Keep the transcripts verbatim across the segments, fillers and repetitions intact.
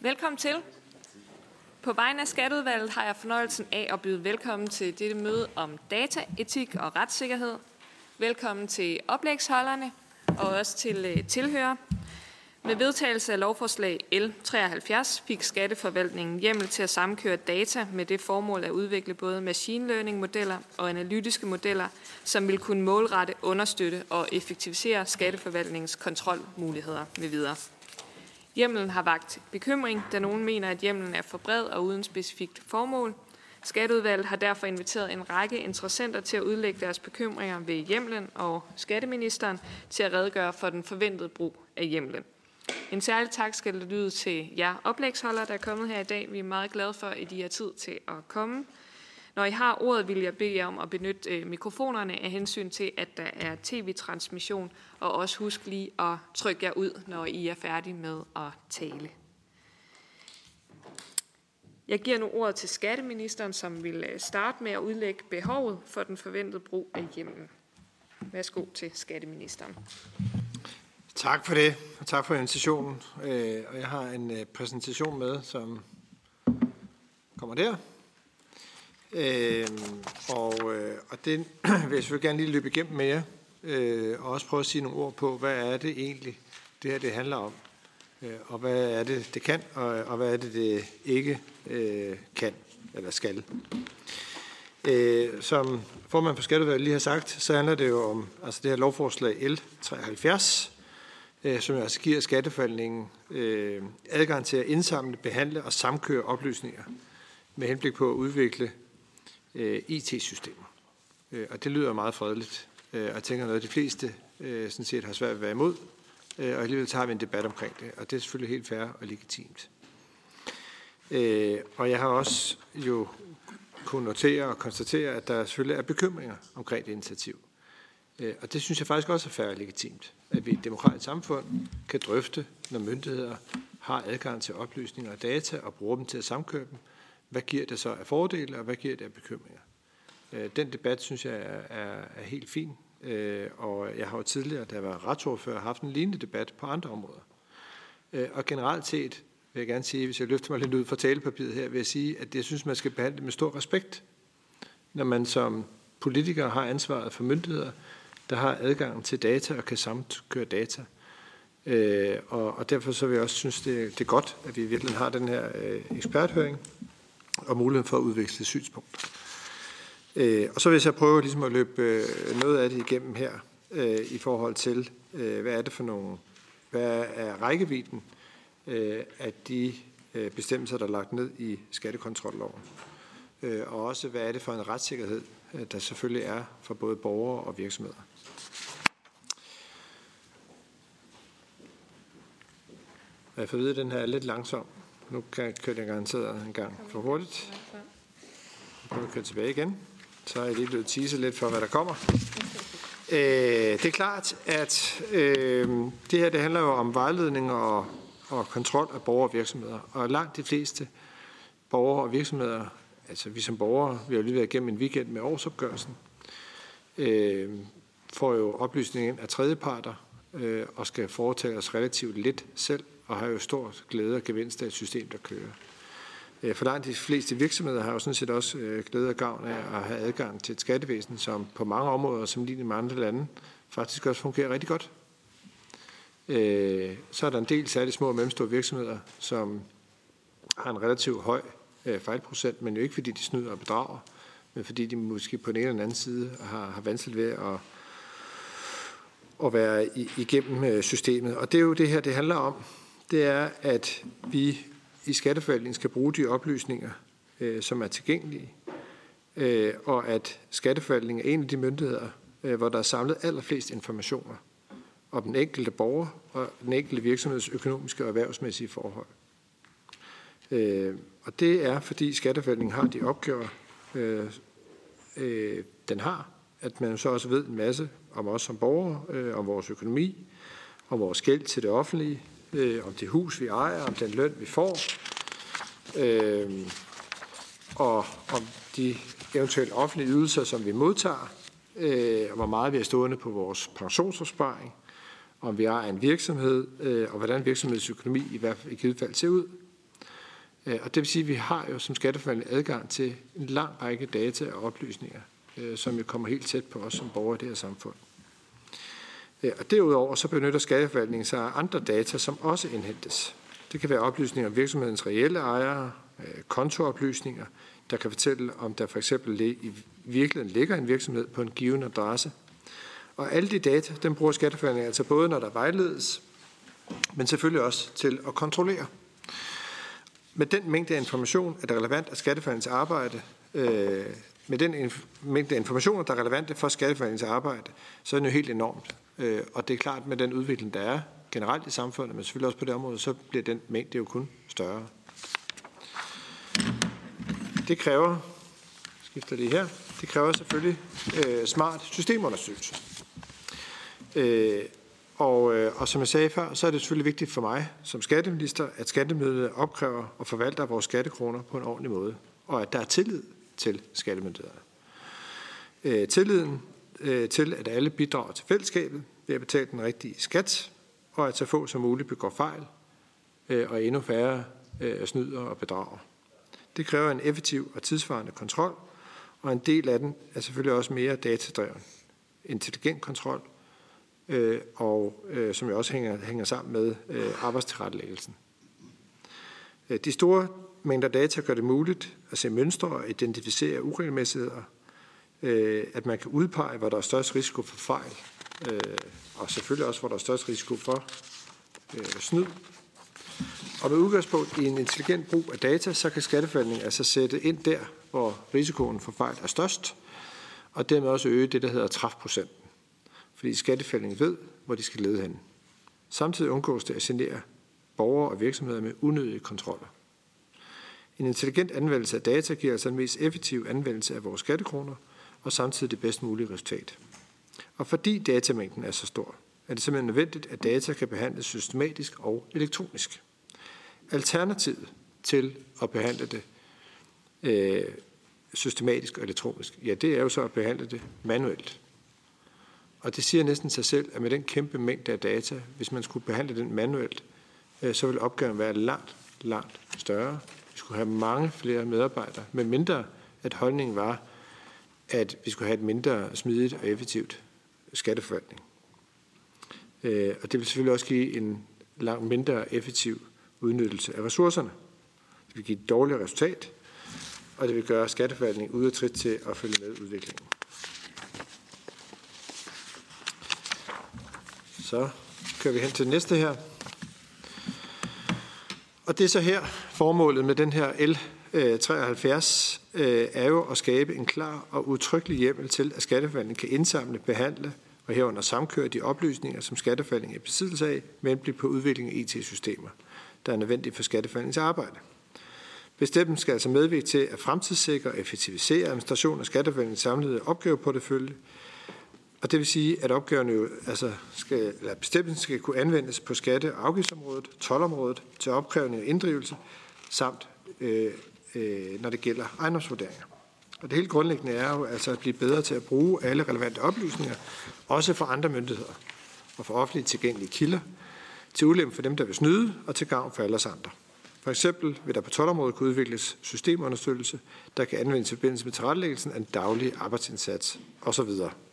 Velkommen til. På vegne af Skatteudvalget har jeg fornøjelsen af at byde velkommen til dette møde om dataetik og retssikkerhed. Velkommen til oplægsholderne og også til tilhører. Med vedtagelse af lovforslag L treoghalvfjerds fik Skatteforvaltningen hjemmel til at sammenkøre data med det formål at udvikle både machine learning-modeller og analytiske modeller, som vil kunne målrette, understøtte og effektivisere Skatteforvaltningens kontrolmuligheder med videre. Hjemmelen har vakt bekymring, da nogen mener, at hjemmelen er for bred og uden specifikt formål. Skatteudvalget har derfor inviteret en række interessenter til at udlægge deres bekymringer ved hjemmelen og skatteministeren til at redegøre for den forventede brug af hjemmelen. En særlig tak skal lyde til jer oplægsholdere, der er kommet her i dag. Vi er meget glade for, at I har tid til at komme. Når I har ordet, vil jeg bede jer om at benytte mikrofonerne af hensyn til, at der er tv-transmission, og også husk lige at trykke jer ud, når I er færdige med at tale. Jeg giver nu ordet til skatteministeren, som vil starte med at udlægge behovet for den forventede brug af hjemmelen. Værsgo til skatteministeren. Tak for det, og tak for invitationen. Og jeg har en præsentation med, som kommer der. Og, og den vil jeg selvfølgelig gerne lige løbe igennem med jer, og også prøve at sige nogle ord på, hvad er det egentlig, det her det handler om, og hvad er det, det kan, og, og hvad er det, det ikke kan eller skal. Som formand for Skatteudvalget lige har sagt, så handler det jo om altså det her lovforslag L treoghalvfjerds, som altså giver Skatteforvaltningen øh, adgang til at indsamle, behandle og samkøre oplysninger med henblik på at udvikle øh, I T-systemer. Øh, og det lyder meget fredeligt, øh, og jeg tænker noget, at de fleste øh, sådan set har svært ved at være imod, øh, og alligevel tager vi en debat omkring det, og det er selvfølgelig helt fair og legitimt. Øh, og jeg har også jo kunnet notere og konstatere, at der selvfølgelig er bekymringer omkring det initiativ. Og det synes jeg faktisk også er fair og legitimt, at vi i et demokratisk samfund kan drøfte, når myndigheder har adgang til oplysninger og data og bruger dem til at samkøre dem. Hvad giver det så af fordele, og hvad giver det af bekymringer? Den debat synes jeg er, er, er helt fin, og jeg har jo tidligere, da jeg var retsordfører, haft en lignende debat på andre områder. Og generelt set vil jeg gerne sige, hvis jeg løfter mig lidt ud fra talepapiret her, vil jeg sige, at jeg synes, man skal behandle det med stor respekt, når man som politikere har ansvaret for myndigheder, der har adgang til data og kan samkøre data. Øh, og, og derfor så vil jeg også synes, det, det er godt, at vi virkelig har den her øh, eksperthøring og muligheden for at udveksle synspunkter. Øh, og så vil jeg så prøve ligesom at løbe øh, noget af det igennem her øh, i forhold til, øh, hvad er det for nogle, hvad er rækkevidden øh, af de øh, bestemmelser, der er lagt ned i skattekontrolloven. Øh, og også, hvad er det for en retssikkerhed, der selvfølgelig er for både borgere og virksomheder. Og jeg får at vide, at den her er lidt langsom. Nu kan jeg køre den garanteret en gang for hurtigt. Nu kan jeg køre tilbage igen. Så er jeg lige blevet teaset lidt for, hvad der kommer. Øh, det er klart, at øh, det her det handler jo om vejledning og, og kontrol af borgere og virksomheder. Og langt de fleste borgere og virksomheder, altså vi som borgere, vi har lige været igennem en weekend med årsopgørelsen, øh, får jo oplysninger ind af tredjeparter øh, og skal foretage os relativt lidt selv, og har jo stor glæde og gevinst af et system, der kører. Øh, for langt de fleste virksomheder har jo sådan set også øh, glæde og gavn af at have adgang til et skattevæsen, som på mange områder, som lige med andre lande, faktisk også fungerer rigtig godt. Øh, så er der en del særligt små og mellemstore virksomheder, som har en relativt høj fejlprocent, men jo ikke fordi de snyder og bedrager, men fordi de måske på den ene eller den anden side har, har vanskeligt ved at, at være i, igennem systemet. Og det er jo det her, det handler om. Det er, at vi i Skatteforvaltningen skal bruge de oplysninger, øh, som er tilgængelige, øh, og at Skatteforvaltningen er en af de myndigheder, øh, hvor der er samlet allerflest informationer om den enkelte borger og den enkelte virksomheds økonomiske og erhvervsmæssige forhold. Øh, og det er, fordi Skatteforvaltningen har de opgaver, øh, øh, den har, at man så også ved en masse om os som borgere, øh, om vores økonomi, om vores gæld til det offentlige, øh, om det hus, vi ejer, om den løn, vi får, øh, og om de eventuelle offentlige ydelser, som vi modtager, øh, og hvor meget vi er stående på vores pensionsopsparing, om vi har en virksomhed, øh, og hvordan virksomhedens økonomi i hvert fald i givet fald ser ud. Og det vil sige, at vi har jo som skatteforvaltning adgang til en lang række data og oplysninger, som jo kommer helt tæt på os som borgere i det her samfund. Og derudover så benytter skatteforvaltningen sig af andre data, som også indhentes. Det kan være oplysninger om virksomhedens reelle ejere, kontooplysninger, der kan fortælle, om der for eksempel i virkeligheden ligger en virksomhed på en given adresse. Og alle de data, dem bruger skatteforvaltningen altså både, når der vejledes, men selvfølgelig også til at kontrollere. Med den mængde af information er det relevant at skatteforvaltningens arbejde, øh, med den inf- mængde af informationer, der er relevante for skatteforvaltningens arbejde, så er det jo helt enormt. Øh, og det er klart, med den udvikling, der er generelt i samfundet, men selvfølgelig også på det område, så bliver den mængde jo kun større. Det kræver, skifter det her, det kræver selvfølgelig øh, smart systemunderstøttelse. Øh, og, øh, og som jeg sagde før, så er det selvfølgelig vigtigt for mig som skatteminister, at skattemyndighederne opkræver og forvalter vores skattekroner på en ordentlig måde, og at der er tillid til skattemyndighederne. Øh, tilliden øh, til, at alle bidrager til fællesskabet ved at betale den rigtige skat, og at så få som muligt begår fejl, øh, og endnu færre øh, snyder og bedrager. Det kræver en effektiv og tidsvarende kontrol, og en del af den er selvfølgelig også mere datadreven. Intelligent kontrol, øh, og øh, som jo også hænger, hænger sammen med øh, arbejdstilrettelæggelsen. De store mængder data gør det muligt at se mønstre og identificere uregelmæssigheder, øh, at man kan udpege, hvor der er størst risiko for fejl, øh, og selvfølgelig også, hvor der er størst risiko for øh, snyd. Og med udgangspunkt i en intelligent brug af data, så kan skatteforvaltningen altså sætte ind der, hvor risikoen for fejl er størst, og dermed også øge det, der hedder træfprocenten. Fordi skatteforvaltningen ved, hvor de skal lede hen. Samtidig undgås det at genere borgere og virksomheder med unødige kontroller. En intelligent anvendelse af data giver altså en mest effektiv anvendelse af vores skattekroner, og samtidig det bedst mulige resultat. Og fordi datamængden er så stor, er det simpelthen nødvendigt, at data kan behandles systematisk og elektronisk. Alternativet til at behandle det øh, systematisk og elektronisk, ja, det er jo så at behandle det manuelt. Og det siger næsten sig selv, at med den kæmpe mængde af data, hvis man skulle behandle den manuelt, øh, så vil opgaven være langt, langt større. Vi skulle have mange flere medarbejdere, men mindre at holdningen var, at vi skulle have et mindre smidigt og effektivt skatteforvaltning. Øh, og det vil selvfølgelig også give en langt mindre effektiv udnyttelse af ressourcerne. Det vil give et dårligt resultat, og det vil gøre skatteforvaltningen ude af trit til at følge med udviklingen. Så kører vi hen til det næste her. Og det er så her, formålet med den her L treoghalvfjerds er jo at skabe en klar og udtrykkelig hjemmel til, at skatteforvaltningen kan indsamle, behandle og herunder samkøre de oplysninger, som skatteforvaltningen er i besiddelse af, med henblik på udvikling af I T-systemer, der er nødvendige for skatteforvaltningens arbejde. Bestemmelsen skal altså medvirke til at fremtidssikre og effektivisere administration af skatteforvaltningens samlede opgaveportefølje, og det vil sige, at opgaverne jo, altså skal, eller bestemmelsen skal kunne anvendes på skatte- og afgiftsområdet, toldområdet, til opkrævning og inddrivelse, samt øh, øh, når det gælder ejendomsvurderinger. Og det helt grundlæggende er jo altså at blive bedre til at bruge alle relevante oplysninger, også for andre myndigheder og for offentligt tilgængelige kilder, til ulempe for dem, der vil snyde, og til gavn for alle os andre. For eksempel vil der på toldområdet kunne udvikles systemunderstøttelse, der kan anvendes i forbindelse med tilrettelæggelsen af en daglig arbejdsindsats osv.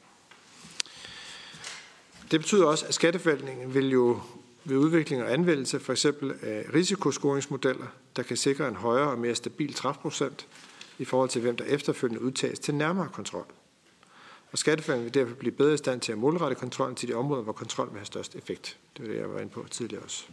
Det betyder også, at skatteforvaltningen vil jo ved udvikling og anvendelse for eksempel af risikoscoringsmodeller, der kan sikre en højere og mere stabil træfprocent i forhold til, hvem der efterfølgende udtages til nærmere kontrol. Og skatteforvaltningen vil derfor blive bedre i stand til at målrette kontrollen til de områder, hvor kontrollen vil have størst effekt. Det var det, jeg var inde på tidligere også.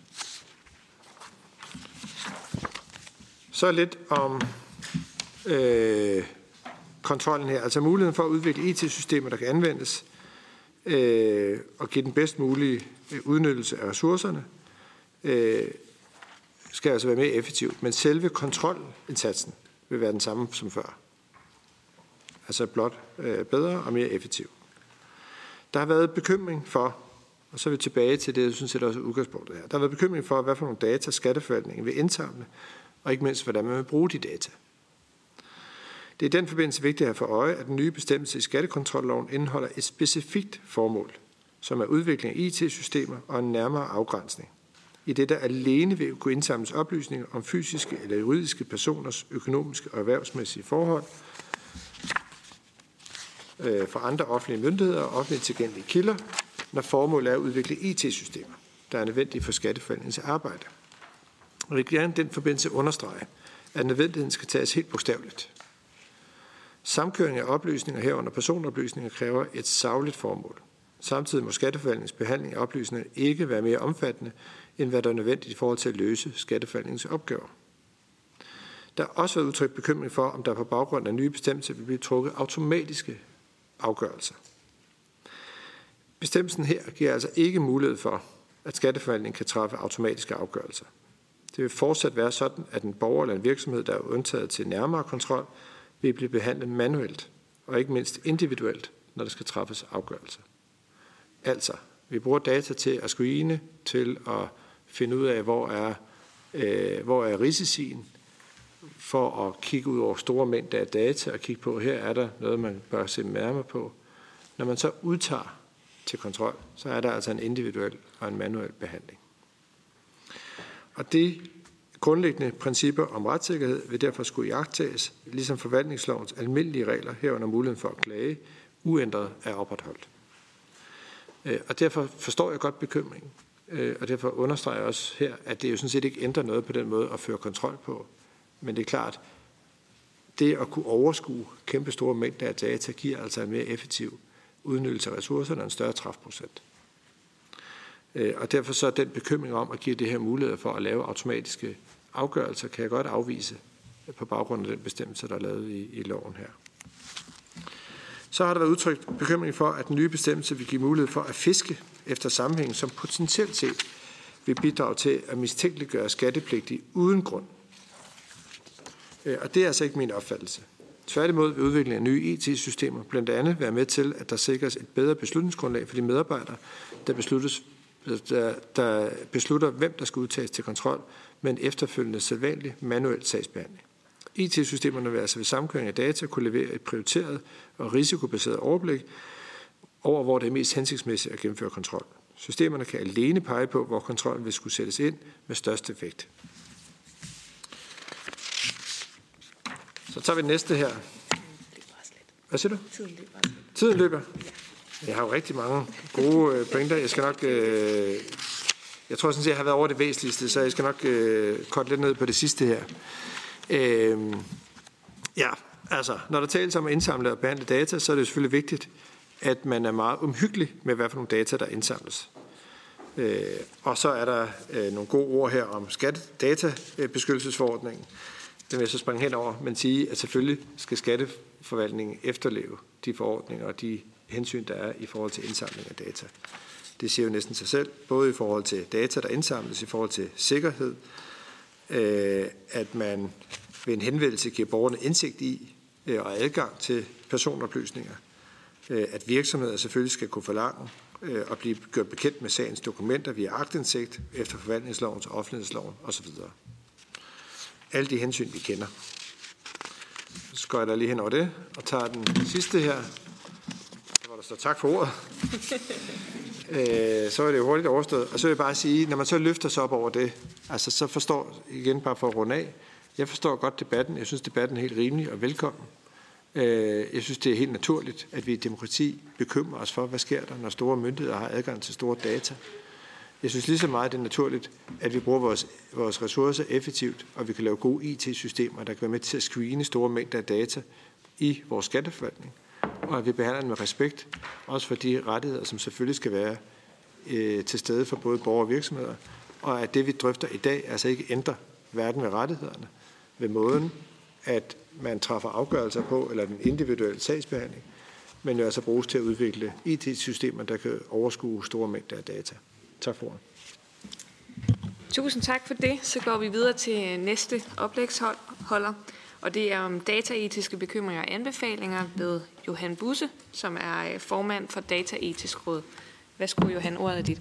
Så lidt om øh, kontrollen her. Altså muligheden for at udvikle I T-systemer, der kan anvendes øh, og give den bedst mulige udnyttelse af ressourcerne, øh, skal altså være mere effektiv. Men selve kontrolindsatsen vil være den samme som før. Altså blot øh, bedre og mere effektiv. Der har været bekymring for, og så er vi tilbage til det, jeg synes det er også udgangspunktet her. Der har været bekymring for, hvad for nogle data skatteforvaltningen vil indsamle, og ikke mindst, hvordan man vil bruge de data. Det er i den forbindelse vigtigt at have for øje, at den nye bestemmelse i skattekontrolloven indeholder et specifikt formål, som er udvikling af I T-systemer og en nærmere afgrænsning. i det, der alene vil kunne indsamles oplysninger om fysiske eller juridiske personers økonomiske og erhvervsmæssige forhold øh, fra andre offentlige myndigheder og offentligt tilgængelige kilder, når formålet er at udvikle I T-systemer, der er nødvendige for skatteforvaltningens arbejde. Og jeg vil gerne den forbindelse understrege, at nødvendigheden skal tages helt bogstaveligt. Samkøring af oplysninger herunder personoplysninger kræver et sagligt formål. Samtidig må skatteforvaltningens behandling af oplysninger ikke være mere omfattende, end hvad der er nødvendigt i forhold til at løse skatteforvaltningens opgaver. Der har også været udtrykt bekymring for, om der på baggrund af nye bestemmelser vil blive trukket automatiske afgørelser. Bestemmelsen her giver altså ikke mulighed for, at skatteforvaltningen kan træffe automatiske afgørelser. Det vil fortsat være sådan, at en borger eller en virksomhed, der er undtaget til nærmere kontrol, vil blive behandlet manuelt og ikke mindst individuelt, når der skal træffes afgørelser. Altså, vi bruger data til at screene, til at finde ud af, hvor er, øh, hvor er risicien, for at kigge ud over store mængder af data og kigge på, her er der noget, man bør se nærmere på. Når man så udtager til kontrol, så er der altså en individuel og en manuel behandling. Og de grundlæggende principper om retssikkerhed vil derfor skulle iagttages, ligesom forvaltningslovens almindelige regler herunder muligheden for at klage, uændret er opretholdt. Og derfor forstår jeg godt bekymringen, og derfor understreger jeg også her, at det jo sådan set ikke ændrer noget på den måde at føre kontrol på. Men det er klart, det at kunne overskue kæmpe store mængder af data giver altså en mere effektiv udnyttelse af ressourcerne og en større træfprocent. Og derfor så den bekymring om at give det her mulighed for at lave automatiske afgørelser, kan jeg godt afvise på baggrund af den bestemmelse, der er lavet i, i loven her. Så har der været udtrykt bekymring for, at den nye bestemmelse vil give mulighed for at fiske efter sammenhæng, som potentielt set vil bidrage til at mistænkeliggøre skattepligtige uden grund. Og det er altså ikke min opfattelse. Tværtimod vil udviklingen af nye I T-systemer blandt andet være med til, at der sikres et bedre beslutningsgrundlag for de medarbejdere, der, besluttes, der, der beslutter, hvem der skal udtages til kontrol, med en efterfølgende sædvanlig manuel sagsbehandling. I T-systemerne vil altså ved samkøring af data kunne levere et prioriteret og risikobaseret overblik over, hvor det er mest hensigtsmæssigt at gennemføre kontrol. Systemerne kan alene pege på, hvor kontrollen vil skulle sættes ind med størst effekt. Så tager vi det næste her. Hvad siger du? Tiden løber. Tiden løber. Jeg har jo rigtig mange gode pointer. Jeg skal nok... Øh, jeg tror sådan set, jeg har været over det væsentligste, så jeg skal nok øh, korte lidt ned på det sidste her. Øh, ja, altså, når der tales om at indsamle og behandle data, så er det selvfølgelig vigtigt, at man er meget omhyggelig med, hvad for nogle data, der indsamles. Øh, og så er der øh, nogle gode ord her om skattedatabeskyttelsesforordningen. Den vil jeg så springe hen over, men sige, at selvfølgelig skal skatteforvaltningen efterleve de forordninger og de hensyn, der er i forhold til indsamling af data. Det siger jo næsten sig selv, både i forhold til data, der indsamles, i forhold til sikkerhed, øh, at man ved en henvendelse giver borgerne indsigt i øh, og adgang til personoplysninger, øh, at virksomheder selvfølgelig skal kunne forlange øh, og blive gjort bekendt med sagens dokumenter via aktindsigt efter forvaltningslovens og offentlighedsloven osv. Alle de hensyn, vi kender. Så går jeg da lige hen over det, og tager den sidste her, hvor der står tak for ordet. øh, så er det jo hurtigt overstået. Og så vil jeg bare sige, når man så løfter sig op over det, altså så forstår, igen bare for at runde af, jeg forstår godt debatten. Jeg synes, debatten er helt rimelig og velkommen. Øh, jeg synes, det er helt naturligt, at vi i demokrati bekymrer os for, hvad sker der, når store myndigheder har adgang til store data. Jeg synes lige så meget, det er naturligt, at vi bruger vores, vores ressourcer effektivt, og vi kan lave gode I T-systemer, der kan være med til at screene store mængder af data i vores skatteforvaltning, og at vi behandler den med respekt, også for de rettigheder, som selvfølgelig skal være øh, til stede for både borgere og virksomheder, og at det, vi drøfter i dag, altså ikke ændrer verden med rettighederne, ved måden, at man træffer afgørelser på, eller den individuelle sagsbehandling, men jo altså bruges til at udvikle I T-systemer, der kan overskue store mængder af data. Tak for ordet. Tusind tak for det. Så går vi videre til næste oplægsholder, og det er om dataetiske bekymringer og anbefalinger ved Johan Busse, som er formand for Dataetisk Råd. Værsgo, Johan, ordet er dit.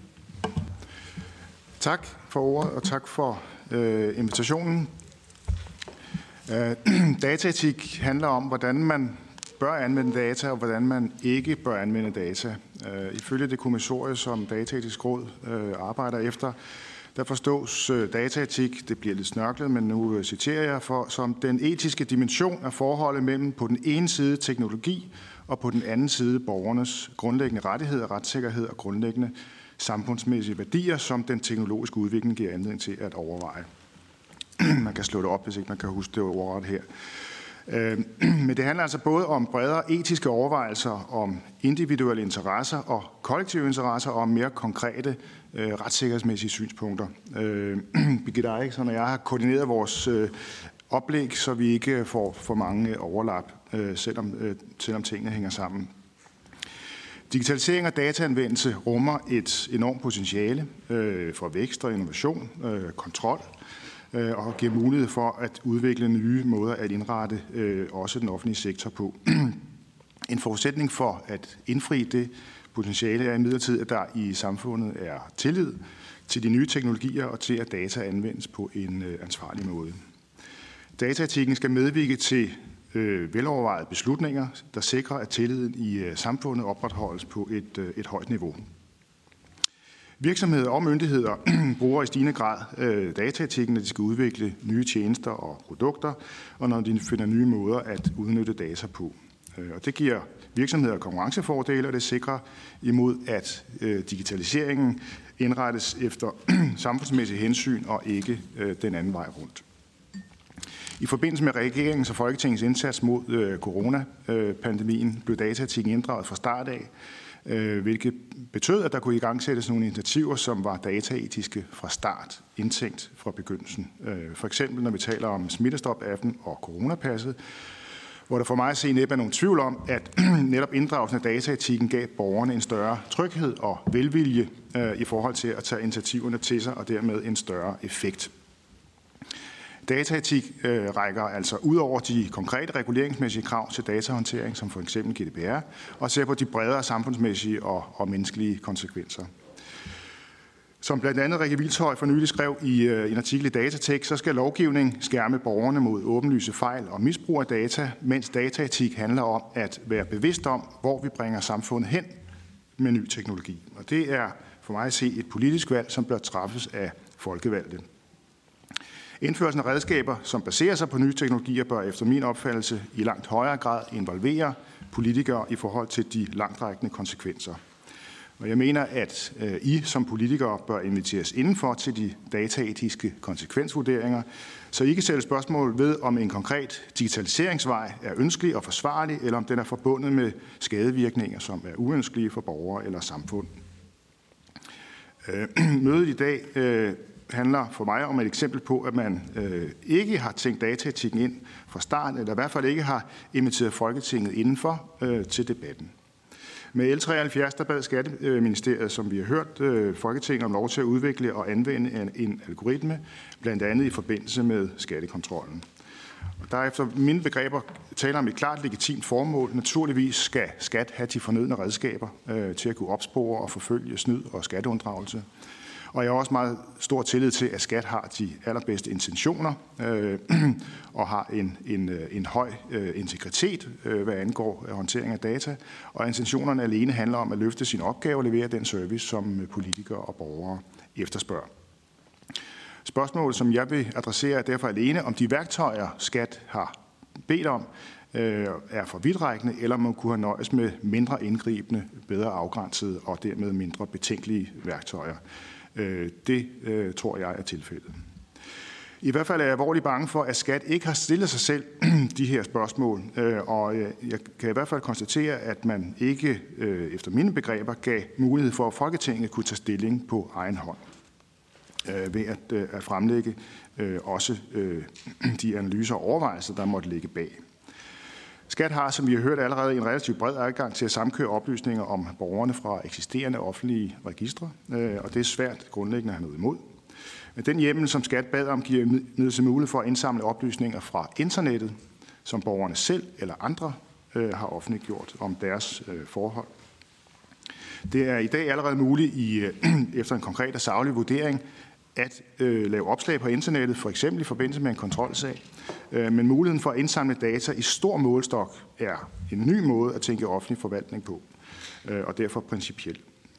Tak for ordet, og tak for øh, invitationen. Øh, dataetik handler om, hvordan man bør anvende data, og hvordan man ikke bør anvende data. Øh, ifølge det kommissorie, som Dataetisk Råd øh, arbejder efter, der forstås dataetik, det bliver lidt snørklet, men nu citerer jeg, for som den etiske dimension af forholdet mellem på den ene side teknologi og på den anden side borgernes grundlæggende rettigheder, retssikkerhed og grundlæggende samfundsmæssige værdier, som den teknologiske udvikling giver anledning til at overveje. Man kan slå det op, hvis ikke man kan huske det ordret her. Men det handler altså både om bredere etiske overvejelser, om individuelle interesser og kollektive interesser, og om mere konkrete øh, retssikkerhedsmæssige synspunkter. Øh, Birgitte Eriksson og jeg har koordineret vores øh, oplæg, så vi ikke får for mange overlap, øh, selvom, øh, selvom tingene hænger sammen. Digitalisering og dataanvendelse rummer et enormt potentiale øh, for vækst og innovation, øh, kontrol, og giver mulighed for at udvikle nye måder at indrette øh, også den offentlige sektor på. En forudsætning for at indfri det potentiale er imidlertid, at der i samfundet er tillid til de nye teknologier og til, at data anvendes på en øh, ansvarlig måde. Dataetikken skal medvirke til øh, velovervejede beslutninger, der sikrer, at tilliden i øh, samfundet opretholdes på et, øh, et højt niveau. Virksomheder og myndigheder bruger i stigende grad øh, dataetikken, når de skal udvikle nye tjenester og produkter, og når de finder nye måder at udnytte data på. Øh, og det giver virksomheder konkurrencefordele, og det sikrer imod, at øh, digitaliseringen indrettes efter samfundsmæssige hensyn og ikke øh, den anden vej rundt. I forbindelse med regeringens og Folketingets indsats mod øh, coronapandemien blev dataetikken inddraget fra start af, hvilket betød, at der kunne igangsættes nogle initiativer, som var dataetiske fra start, indtænkt fra begyndelsen. For eksempel, når vi taler om Smittestop-appen og coronapasset, hvor der for mig at se næppe er nogen tvivl om, at netop inddragelsen af dataetikken gav borgerne en større tryghed og velvilje i forhold til at tage initiativerne til sig, og dermed en større effekt. Dataetik øh, rækker altså ud over de konkrete reguleringsmæssige krav til datahåndtering, som for eksempel G D P R, og ser på de bredere samfundsmæssige og, og menneskelige konsekvenser. Som blandt andet Rikke Vilshøj for nylig skrev i øh, en artikel i Datatek, så skal lovgivning skærme borgerne mod åbenlyse fejl og misbrug af data, mens dataetik handler om at være bevidst om, hvor vi bringer samfundet hen med ny teknologi. Og det er for mig at se et politisk valg, som bør træffes af folkevalgte. Indførelsen af redskaber, som baserer sig på nye teknologier, bør efter min opfattelse i langt højere grad involvere politikere i forhold til de langtrækkende konsekvenser. Og jeg mener, at øh, I som politikere bør inviteres indenfor til de dataetiske konsekvensvurderinger, så I kan sætte spørgsmål ved, om en konkret digitaliseringsvej er ønskelig og forsvarlig, eller om den er forbundet med skadevirkninger, som er uønskelige for borgere eller samfund. Øh, mødet i dag øh, handler for mig om et eksempel på, at man øh, ikke har tænkt dataetikken ind fra starten, eller i hvert fald ikke har inviteret Folketinget indenfor øh, til debatten. Med L treoghalvfjerds, der bad Skatteministeriet, som vi har hørt, øh, Folketinget om lov til at udvikle og anvende en, en algoritme, blandt andet i forbindelse med skattekontrollen. Og der er efter mine begreber taler om et klart legitimt formål. Naturligvis skal skat have de fornødne redskaber øh, til at kunne opspore og forfølge snyd og skatteunddragelse. Og jeg har også meget stor tillid til, at skat har de allerbedste intentioner øh, og har en, en, en høj øh, integritet, øh, hvad angår håndtering af data. Og intentionerne alene handler om at løfte sin opgave og levere den service, som politikere og borgere efterspørger. Spørgsmålet, som jeg vil adressere, er derfor alene, om de værktøjer, skat har bedt om, øh, er for vidtrækkende, eller man kunne have nøjes med mindre indgribende, bedre afgrænsede og dermed mindre betænkelige værktøjer. Det øh, tror jeg er tilfældet. I hvert fald er jeg alvorligt bange for, at skat ikke har stillet sig selv de her spørgsmål, øh, og jeg kan i hvert fald konstatere, at man ikke øh, efter mine begreber gav mulighed for, at Folketinget kunne tage stilling på egen hånd øh, ved at, øh, at fremlægge øh, også øh, de analyser og overvejelser, der måtte ligge bag. Skat har, som vi har hørt allerede, en relativt bred adgang til at samkøre oplysninger om borgerne fra eksisterende offentlige registre, og det er svært grundlæggende at have noget imod. Men den hjemmel, som Skat bad om, giver imidlertid mulighed for at indsamle oplysninger fra internettet, som borgerne selv eller andre øh, har offentliggjort om deres øh, forhold. Det er i dag allerede muligt i, øh, efter en konkret og saglig vurdering at øh, lave opslag på internettet, for eksempel i forbindelse med en kontrolsag. Øh, men muligheden for at indsamle data i stor målestok er en ny måde at tænke offentlig forvaltning på, øh, og derfor principielt.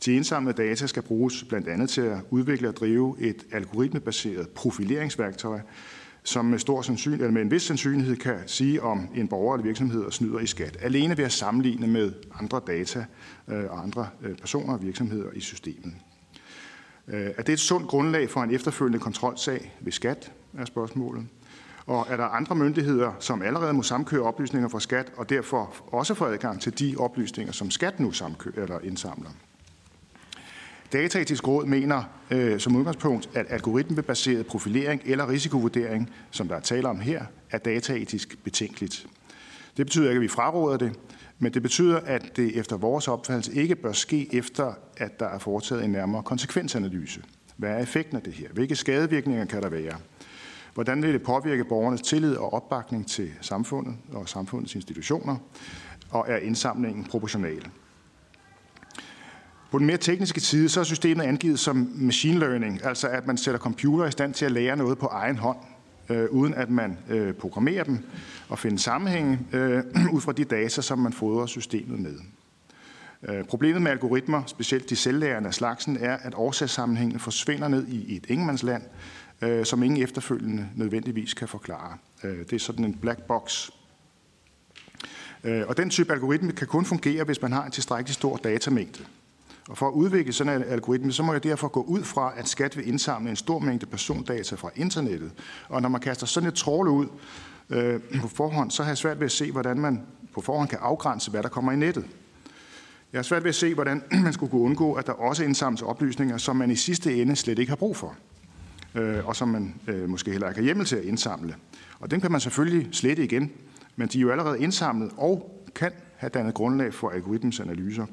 De indsamlede data skal bruges blandt andet til at udvikle og drive et algoritmebaseret profileringsværktøj, som med, stor sandsynlighed, eller med en vis sandsynlighed kan sige, om en borger eller virksomhed snyder i skat, alene ved at sammenligne med andre data og andre personer og virksomheder i systemet. Er det et sundt grundlag for en efterfølgende kontrolsag ved skat, er spørgsmålet. Og er der andre myndigheder, som allerede må samkøre oplysninger fra skat, og derfor også får adgang til de oplysninger, som skat nu samkører eller indsamler? Dataetisk Råd mener øh, som udgangspunkt, at algoritmebaseret profilering eller risikovurdering, som der er tale om her, er dataetisk betænkeligt. Det betyder ikke, at vi fraråder det, men det betyder, at det efter vores opfattelse ikke bør ske efter, at der er foretaget en nærmere konsekvensanalyse. Hvad er effekten af det her? Hvilke skadevirkninger kan der være? Hvordan vil det påvirke borgernes tillid og opbakning til samfundet og samfundets institutioner? Og er indsamlingen proportional? På den mere tekniske side, så er systemet angivet som machine learning, altså at man sætter computer i stand til at lære noget på egen hånd, øh, uden at man øh, programmerer dem og finder sammenhænge øh, ud fra de data, som man fodrer systemet med. Øh, problemet med algoritmer, specielt de selvlærende af slagsen, er, at årsagssammenhængene forsvinder ned i et ingenmandsland, øh, som ingen efterfølgende nødvendigvis kan forklare. Øh, det er sådan en black box. Øh, og den type algoritme kan kun fungere, hvis man har en tilstrækkelig stor datamængde. Og for at udvikle sådan en algoritme, så må jeg derfor gå ud fra, at skat vil indsamle en stor mængde persondata fra internettet. Og når man kaster sådan et trål ud øh, på forhånd, så har jeg svært ved at se, hvordan man på forhånd kan afgrænse, hvad der kommer i nettet. Jeg har svært ved at se, hvordan man skulle kunne undgå, at der også indsamles oplysninger, som man i sidste ende slet ikke har brug for, øh, og som man øh, måske heller ikke har hjemmel til at indsamle. Og den kan man selvfølgelig slette igen, men de er jo allerede indsamlet og kan have dannet grundlag for algoritmens analyser.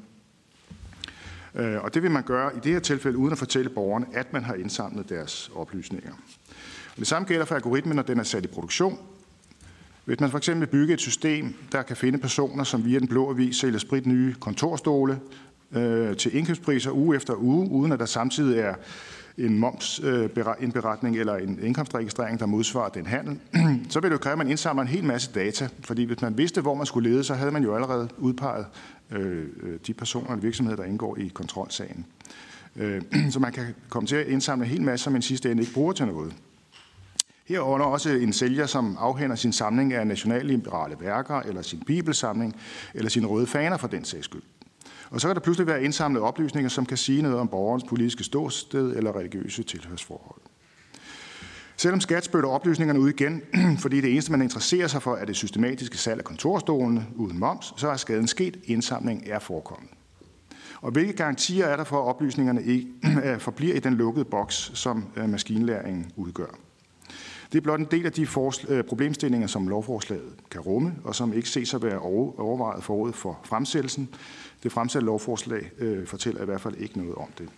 Og det vil man gøre i det her tilfælde, uden at fortælle borgerne, at man har indsamlet deres oplysninger. Og det samme gælder for algoritmen, når den er sat i produktion. Hvis man for eksempel bygger et system, der kan finde personer, som via den blå avis sælger sprit nye kontorstole øh, til indkøbspriser uge efter uge, uden at der samtidig er en momsindberetning eller en indkomstregistrering, der modsvarer den handel, så vil det jo kræve, at man indsamler en hel masse data. Fordi hvis man vidste, hvor man skulle lede, så havde man jo allerede udpeget øh, de personer og virksomheder, der indgår i kontrolsagen. Øh, så man kan komme til at indsamle en hel masse, som man sidste ende ikke bruger til noget. Herunder også en sælger, som afhænder sin samling af nationalliberale værker, eller sin bibelsamling, eller sine røde faner for den sags skyld. Og så kan der pludselig være indsamlede oplysninger, som kan sige noget om borgerens politiske ståsted eller religiøse tilhørsforhold. Selvom skat spytter oplysningerne ud igen, fordi det eneste, man interesserer sig for, er det systematiske salg af kontorstolene uden moms, så er skaden sket, indsamling er forekommet. Og hvilke garantier er der for, at oplysningerne ikke forbliver i den lukkede boks, som maskinlæringen udgør? Det er blot en del af de problemstillinger, som lovforslaget kan rumme, og som ikke ses at være overvejet forud for fremsættelsen. Det fremsatte lovforslag øh, fortæller i hvert fald ikke noget om det.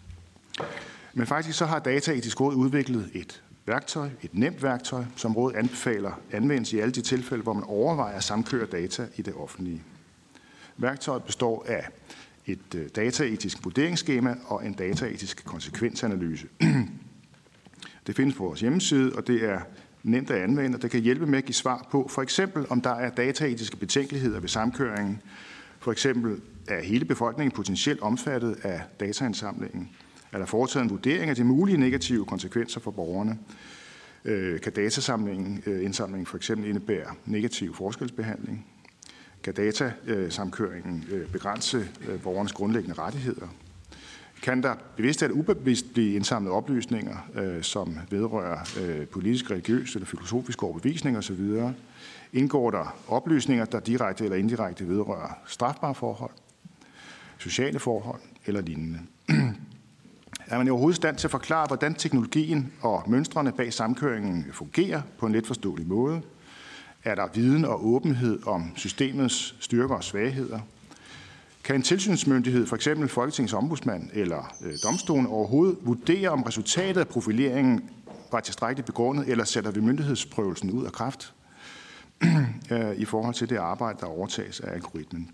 Men faktisk så har Dataetisk Råd udviklet et værktøj, et nemt værktøj, som rådet anbefaler anvendes i alle de tilfælde, hvor man overvejer at samkøre data i det offentlige. Værktøjet består af et dataetisk vurderingsskema og en dataetisk konsekvensanalyse. Det findes på vores hjemmeside, og det er nemt at anvende, og det kan hjælpe med at give svar på, for eksempel om der er dataetiske betænkeligheder ved samkøringen. For eksempel er hele befolkningen potentielt omfattet af dataindsamlingen. Er der foretaget en vurdering af de mulige negative konsekvenser for borgerne? Kan datasamlingen, indsamlingen for eksempel indebære negativ forskelsbehandling? Kan datasamkøringen begrænse borgernes grundlæggende rettigheder? Kan der bevidst eller ubevidst blive indsamlet oplysninger, øh, som vedrører øh, politisk, religiøs eller filosofisk overbevisning osv.? Indgår der oplysninger, der direkte eller indirekte vedrører strafbare forhold, sociale forhold eller lignende? Er man i overhovedet i stand til at forklare, hvordan teknologien og mønstrene bag samkøringen fungerer på en let forståelig måde? Er der viden og åbenhed om systemets styrker og svagheder? Kan en tilsynsmyndighed, f.eks. Folketingets ombudsmand eller øh, domstolen, overhovedet vurdere, om resultatet af profileringen var tilstrækkeligt begrundet, eller sætter vi myndighedsprøvelsen ud af kraft øh, i forhold til det arbejde, der overtages af algoritmen?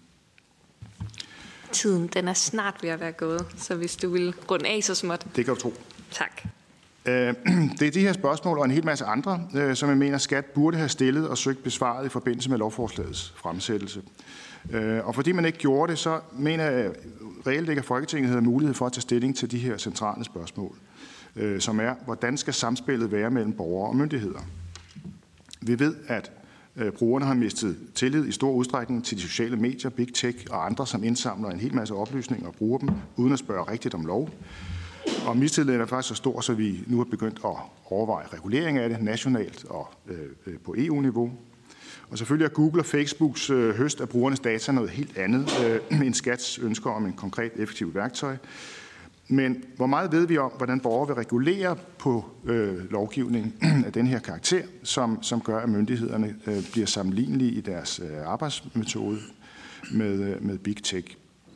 Tiden den er snart ved at være gået, så hvis du vil runde af så småt. Det kan du tro. Tak. Det er de her spørgsmål og en hel masse andre, som jeg mener, skat burde have stillet og søgt besvaret i forbindelse med lovforslagets fremsættelse. Og fordi man ikke gjorde det, så mener jeg reelt ikke, at Folketinget havde mulighed for at tage stilling til de her centrale spørgsmål, som er, hvordan skal samspillet være mellem borgere og myndigheder? Vi ved, at brugerne har mistet tillid i stor udstrækning til de sociale medier, big tech og andre, som indsamler en hel masse oplysninger og bruger dem, uden at spørge rigtigt om lov. Og mistilliden er faktisk så stor, så vi nu har begyndt at overveje regulering af det nationalt og øh, på E U-niveau. Og selvfølgelig er Google og Facebooks øh, høst af brugernes data noget helt andet øh, end Skats ønsker om en konkret effektiv værktøj. Men hvor meget ved vi om, hvordan borgere vil regulere på øh, lovgivning af den her karakter, som, som gør, at myndighederne øh, bliver sammenlignelige i deres øh, arbejdsmetode med, øh, med big tech?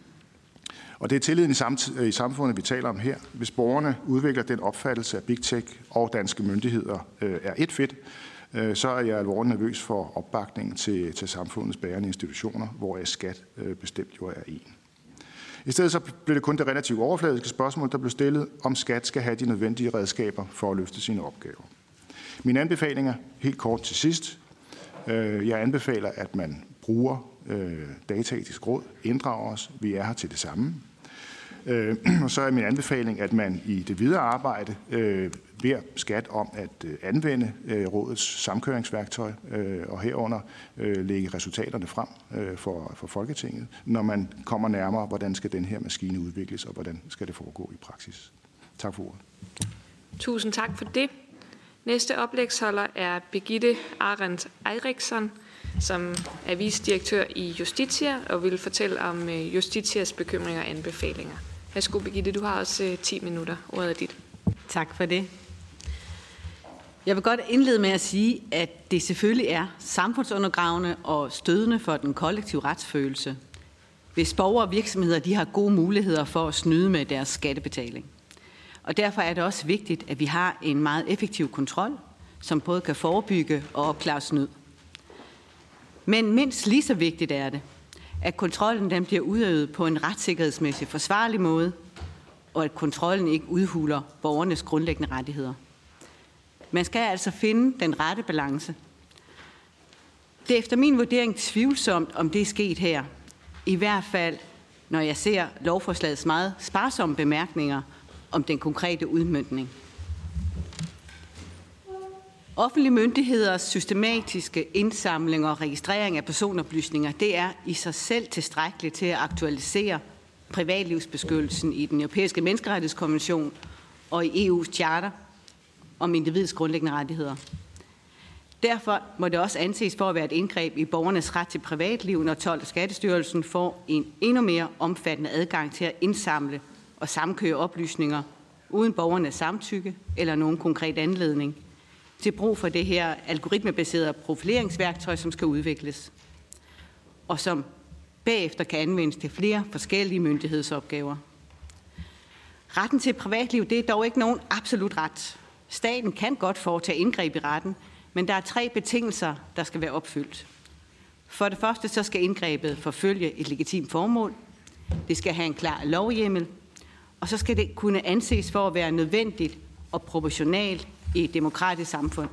Og det er tilliden i, samt, i samfundet, vi taler om her. Hvis borgerne udvikler den opfattelse af big tech og danske myndigheder øh, er et fedt, øh, så er jeg alvorligt nervøs for opbakningen til, til samfundets bærende institutioner, hvor skat øh, bestemt jo er en. I stedet så blev det kun det relativt overfladiske spørgsmål, der blev stillet, om skat skal have de nødvendige redskaber for at løfte sine opgaver. Mine anbefalinger, helt kort til sidst. Jeg anbefaler, at man bruger Dataetisk Råd, inddrager os. Vi er her til det samme. Og så er min anbefaling, at man i det videre arbejde beder skat om at anvende rådets samkøringsværktøj og herunder lægge resultaterne frem for, for Folketinget, når man kommer nærmere, hvordan skal den her maskine udvikles, og hvordan skal det foregå i praksis. Tak for ordet. Tusind tak for det. Næste oplægsholder er Birgitte Arendt Eiríksson, som er vicedirektør i Justitia og vil fortælle om Justitias bekymringer og anbefalinger. Værsgo, Birgitte, du har også ti minutter. Ordet er dit. Tak for det. Jeg vil godt indlede med at sige, at det selvfølgelig er samfundsundergravende og stødende for den kollektive retsfølelse, hvis borgere og virksomheder de har gode muligheder for at snyde med deres skattebetaling. Og derfor er det også vigtigt, at vi har en meget effektiv kontrol, som både kan forebygge og opklare snyd. Men mindst lige så vigtigt er det, at kontrollen den bliver udøvet på en retssikkerhedsmæssig forsvarlig måde, og at kontrollen ikke udhuler borgernes grundlæggende rettigheder. Man skal altså finde den rette balance. Det er efter min vurdering tvivlsomt, om det er sket her. I hvert fald, når jeg ser lovforslagets meget sparsomme bemærkninger om den konkrete udmøntning. Offentlige myndigheders systematiske indsamling og registrering af personoplysninger, det er i sig selv tilstrækkeligt til at aktualisere privatlivsbeskyttelsen i den europæiske menneskerettighedskonvention og i E U's charter om individets grundlæggende rettigheder. Derfor må det også anses for at være et indgreb i borgernes ret til privatliv, når told- og Skattestyrelsen får en endnu mere omfattende adgang til at indsamle og samkøre oplysninger uden borgernes samtykke eller nogen konkret anledning til brug for det her algoritmebaserede profileringsværktøj, som skal udvikles, og som bagefter kan anvendes til flere forskellige myndighedsopgaver. Retten til privatliv, det er dog ikke nogen absolut ret. Staten kan godt foretage indgreb i retten, men der er tre betingelser, der skal være opfyldt. For det første så skal indgrebet forfølge et legitimt formål. Det skal have en klar lovhjemmel, og så skal det kunne anses for at være nødvendigt og proportionalt i et demokratisk samfund.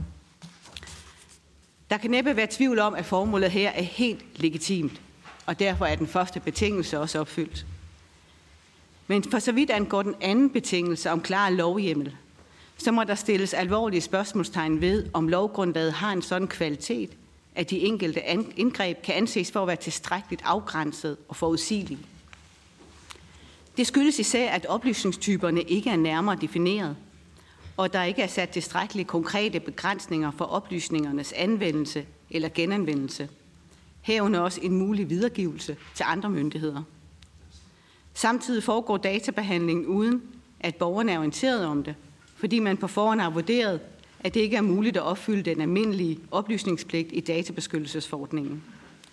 Der kan næppe være tvivl om, at formålet her er helt legitimt, og derfor er den første betingelse også opfyldt. Men for så vidt angår den anden betingelse om klar lovhjemmel, så må der stilles alvorlige spørgsmålstegn ved, om lovgrundlaget har en sådan kvalitet, at de enkelte indgreb kan anses for at være tilstrækkeligt afgrænset og forudsigelige. Det skyldes især, at oplysningstyperne ikke er nærmere defineret, og der ikke er sat tilstrækkeligt konkrete begrænsninger for oplysningernes anvendelse eller genanvendelse. Herunder også en mulig videregivelse til andre myndigheder. Samtidig foregår databehandlingen uden, at borgerne er orienteret om det, fordi man på forhånd har vurderet, at det ikke er muligt at opfylde den almindelige oplysningspligt i databeskyttelsesforordningen.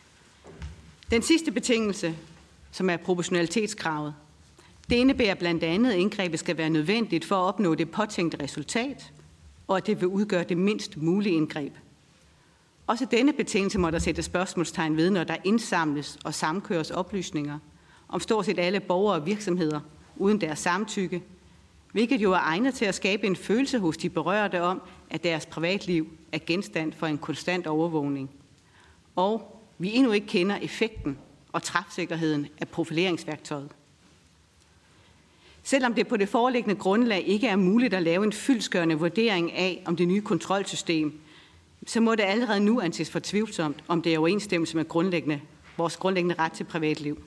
Den sidste betingelse, som er proportionalitetskravet, det indebærer blandt andet, at indgrebet skal være nødvendigt for at opnå det påtænkte resultat, og at det vil udgøre det mindst mulige indgreb. Også denne betingelse må der sætte spørgsmålstegn ved, når der indsamles og samkøres oplysninger om stort set alle borgere og virksomheder uden deres samtykke, hvilket jo er egnet til at skabe en følelse hos de berørte om, at deres privatliv er genstand for en konstant overvågning. Og vi endnu ikke kender effekten og træfsikkerheden af profileringsværktøjet. Selvom det på det foreliggende grundlag ikke er muligt at lave en fyldestgørende vurdering af, om det nye kontrolsystem, så må det allerede nu anses for tvivlsomt, om det er overensstemmelse med grundlæggende, vores grundlæggende ret til privatliv.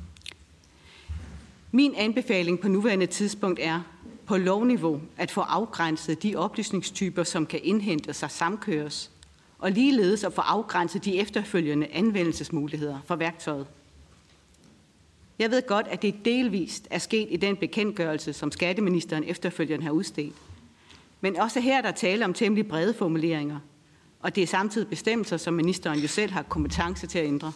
Min anbefaling på nuværende tidspunkt er på lovniveau at få afgrænset de oplysningstyper, som kan indhentes og samkøres, og ligeledes at få afgrænset de efterfølgende anvendelsesmuligheder for værktøjet. Jeg ved godt, at det delvist er sket i den bekendtgørelse, som skatteministeren efterfølgende har udstedt. Men også her er der tale om temmelig brede formuleringer, og det er samtidig bestemmelser, som ministeren jo selv har kompetence til at ændre.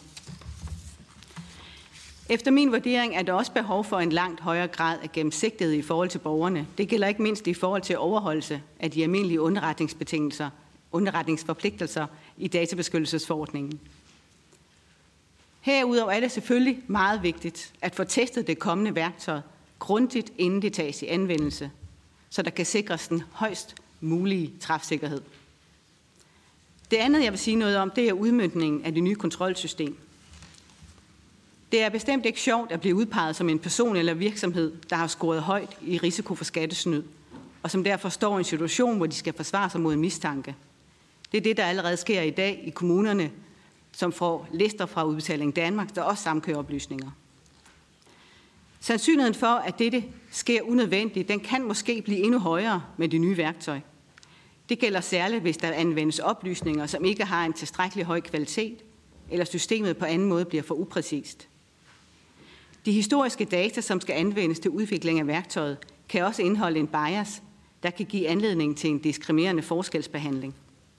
Efter min vurdering er der også behov for en langt højere grad af gennemsigtighed i forhold til borgerne. Det gælder ikke mindst i forhold til overholdelse af de almindelige underretningsbetingelser, underretningsforpligtelser i databeskyttelsesforordningen. Herudover er det selvfølgelig meget vigtigt at få testet det kommende værktøj grundigt, inden det tages i anvendelse, så der kan sikres den højst mulige træfsikkerhed. Det andet, jeg vil sige noget om, det er udmøntningen af det nye kontrolsystem. Det er bestemt ikke sjovt at blive udpeget som en person eller virksomhed, der har scoret højt i risiko for skattesnyd, og som derfor står i en situation, hvor de skal forsvare sig mod en mistanke. Det er det, der allerede sker i dag i kommunerne, som får lister fra Udbetaling Danmark, der også samkører oplysninger. Sandsynligheden for, at dette sker unødvendigt, den kan måske blive endnu højere med det nye værktøj. Det gælder særligt, hvis der anvendes oplysninger, som ikke har en tilstrækkelig høj kvalitet, eller systemet på anden måde bliver for upræcist. De historiske data, som skal anvendes til udvikling af værktøjet, kan også indeholde en bias, der kan give anledning til en diskriminerende forskelsbehandling.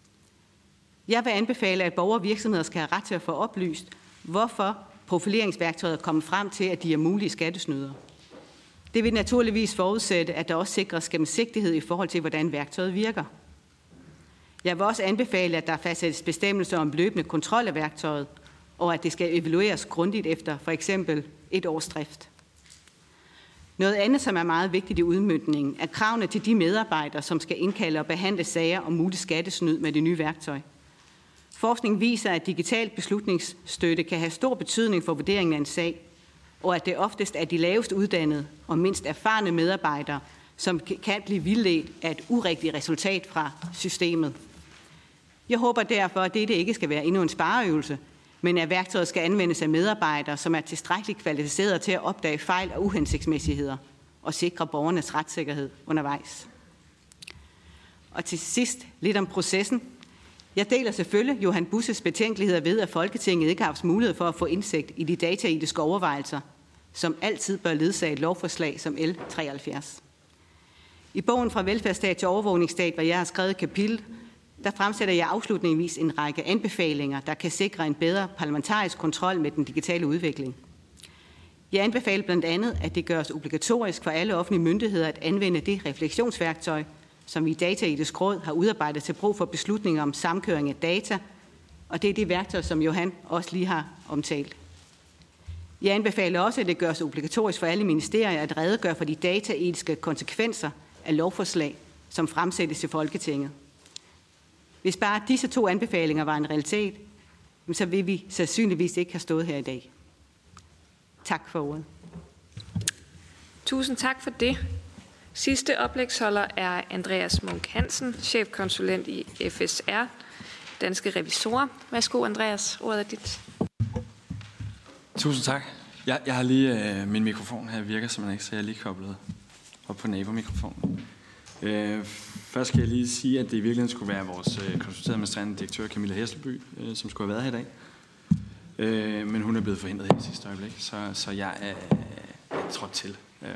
Jeg vil anbefale, at borgere og virksomheder skal have ret til at få oplyst, hvorfor profileringsværktøjet er kommet frem til, at de er mulige skattesnydere. Det vil naturligvis forudsætte, at der også sikres gennemsigtighed i forhold til, hvordan værktøjet virker. Jeg vil også anbefale, at der fastsættes bestemmelser om løbende kontrol af værktøjet, og at det skal evalueres grundigt efter for eksempel et års drift. Noget andet, som er meget vigtigt i udmøntningen, er kravene til de medarbejdere, som skal indkalde og behandle sager om mulig skattesnyd med det nye værktøj. Forskning viser, at digital beslutningsstøtte kan have stor betydning for vurderingen af en sag, og at det oftest er de lavest uddannede og mindst erfarne medarbejdere, som kan blive vildledt af et urigtigt resultat fra systemet. Jeg håber derfor, at dette ikke skal være endnu en spareøvelse, men at værktøjet skal anvendes af medarbejdere, som er tilstrækkeligt kvalificerede til at opdage fejl og uhensigtsmæssigheder og sikre borgernes retssikkerhed undervejs. Og til sidst lidt om processen. Jeg deler selvfølgelig Johan Busses betænkeligheder ved, at Folketinget ikke har haft mulighed for at få indsigt i de dataetiske overvejelser, som altid bør ledsage et lovforslag som L treoghalvfjerds. I bogen Fra velfærdsstat til overvågningsstat, hvor jeg har skrevet et kapitel, der fremsætter jeg afslutningsvis en række anbefalinger, der kan sikre en bedre parlamentarisk kontrol med den digitale udvikling. Jeg anbefaler blandt andet, at det gøres obligatorisk for alle offentlige myndigheder at anvende det refleksionsværktøj, som vi i Dataetisk Råd har udarbejdet til brug for beslutninger om samkøring af data, og det er det værktøj, som Johan også lige har omtalt. Jeg anbefaler også, at det gøres obligatorisk for alle ministerier at redegøre for de dataetiske konsekvenser af lovforslag, som fremsættes til Folketinget. Hvis bare disse to anbefalinger var en realitet, så vil vi sandsynligvis ikke have stået her i dag. Tak for ordet. Tusind tak for det. Sidste oplægsholder er Andreas Munk Hansen, chefkonsulent i F S R, Danske Revisorer. Værsgo, Andreas. Ordet er dit. Tusind tak. Jeg, jeg har lige øh, min mikrofon her virker simpelthen ikke, så jeg er lige koblet op på nabomikrofonen. Øh, først skal jeg lige sige, at det i virkeligheden skulle være vores øh, konsulterede administrerende direktør Camilla Hesleby, øh, som skulle have været her i dag. Øh, men hun er blevet forhindret her i sidste øjeblik, så, så jeg er, er trådt til. Øh,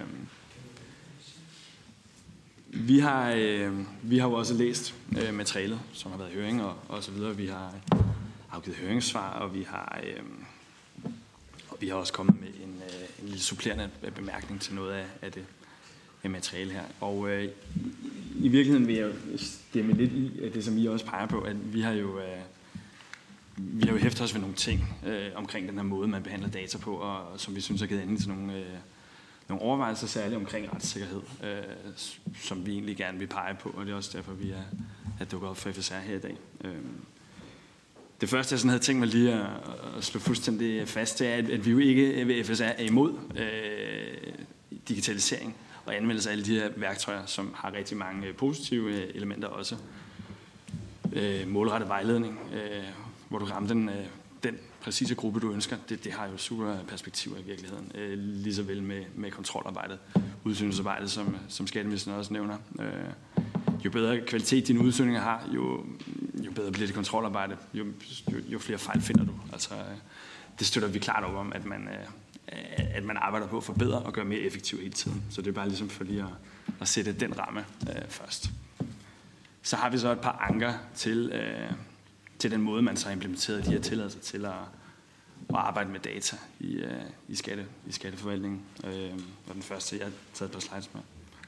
vi, har, øh, vi har jo også læst øh, materialet, som har været i høring og, og så videre. Vi har afgivet høringssvar, og vi har... Øh, Vi har også kommet med en, øh, en lille supplerende bemærkning til noget af, af det af materiale her. Og øh, i virkeligheden vil jeg jo stemme lidt i at det, som I også peger på, at vi har jo, øh, vi har jo hæftet os ved nogle ting øh, omkring den her måde, man behandler data på, og, og som vi synes har givet anden til nogle, øh, nogle overvejelser særligt omkring retssikkerhed, øh, som vi egentlig gerne vil pege på, og det er også derfor, vi er, er dukket op for F S R her i dag. Øh, det første, jeg sådan havde tænkt mig lige at, at slå fuldstændig fast, det er, at, at vi jo ikke ved F S R er imod øh, digitalisering og anvendelse af alle de her værktøjer, som har rigtig mange positive elementer også. Øh, målrettet vejledning, øh, hvor du rammer den, øh, den præcise gruppe, du ønsker, det, det har jo super perspektiver i virkeligheden. Øh, lige så vel med, med kontrolarbejdet, udsøgningsarbejdet, som, som skatteministeren også nævner. Øh, jo bedre kvalitet dine udsøgninger har, jo, jo bedre bliver det kontrolarbejde, jo, jo, jo flere fejl finder du. Altså, øh, det støtter vi klart op om, at man, øh, at man arbejder på at forbedre og gøre mere effektivt hele tiden. Så det er bare ligesom for lige at, at sætte den ramme øh, først. Så har vi så et par anker til, øh, til den måde, man så har implementeret de her tilladelser til at, at arbejde med data i, øh, i, skatte, i skatteforvaltningen. Øh, og den første, jeg har taget et par slides med.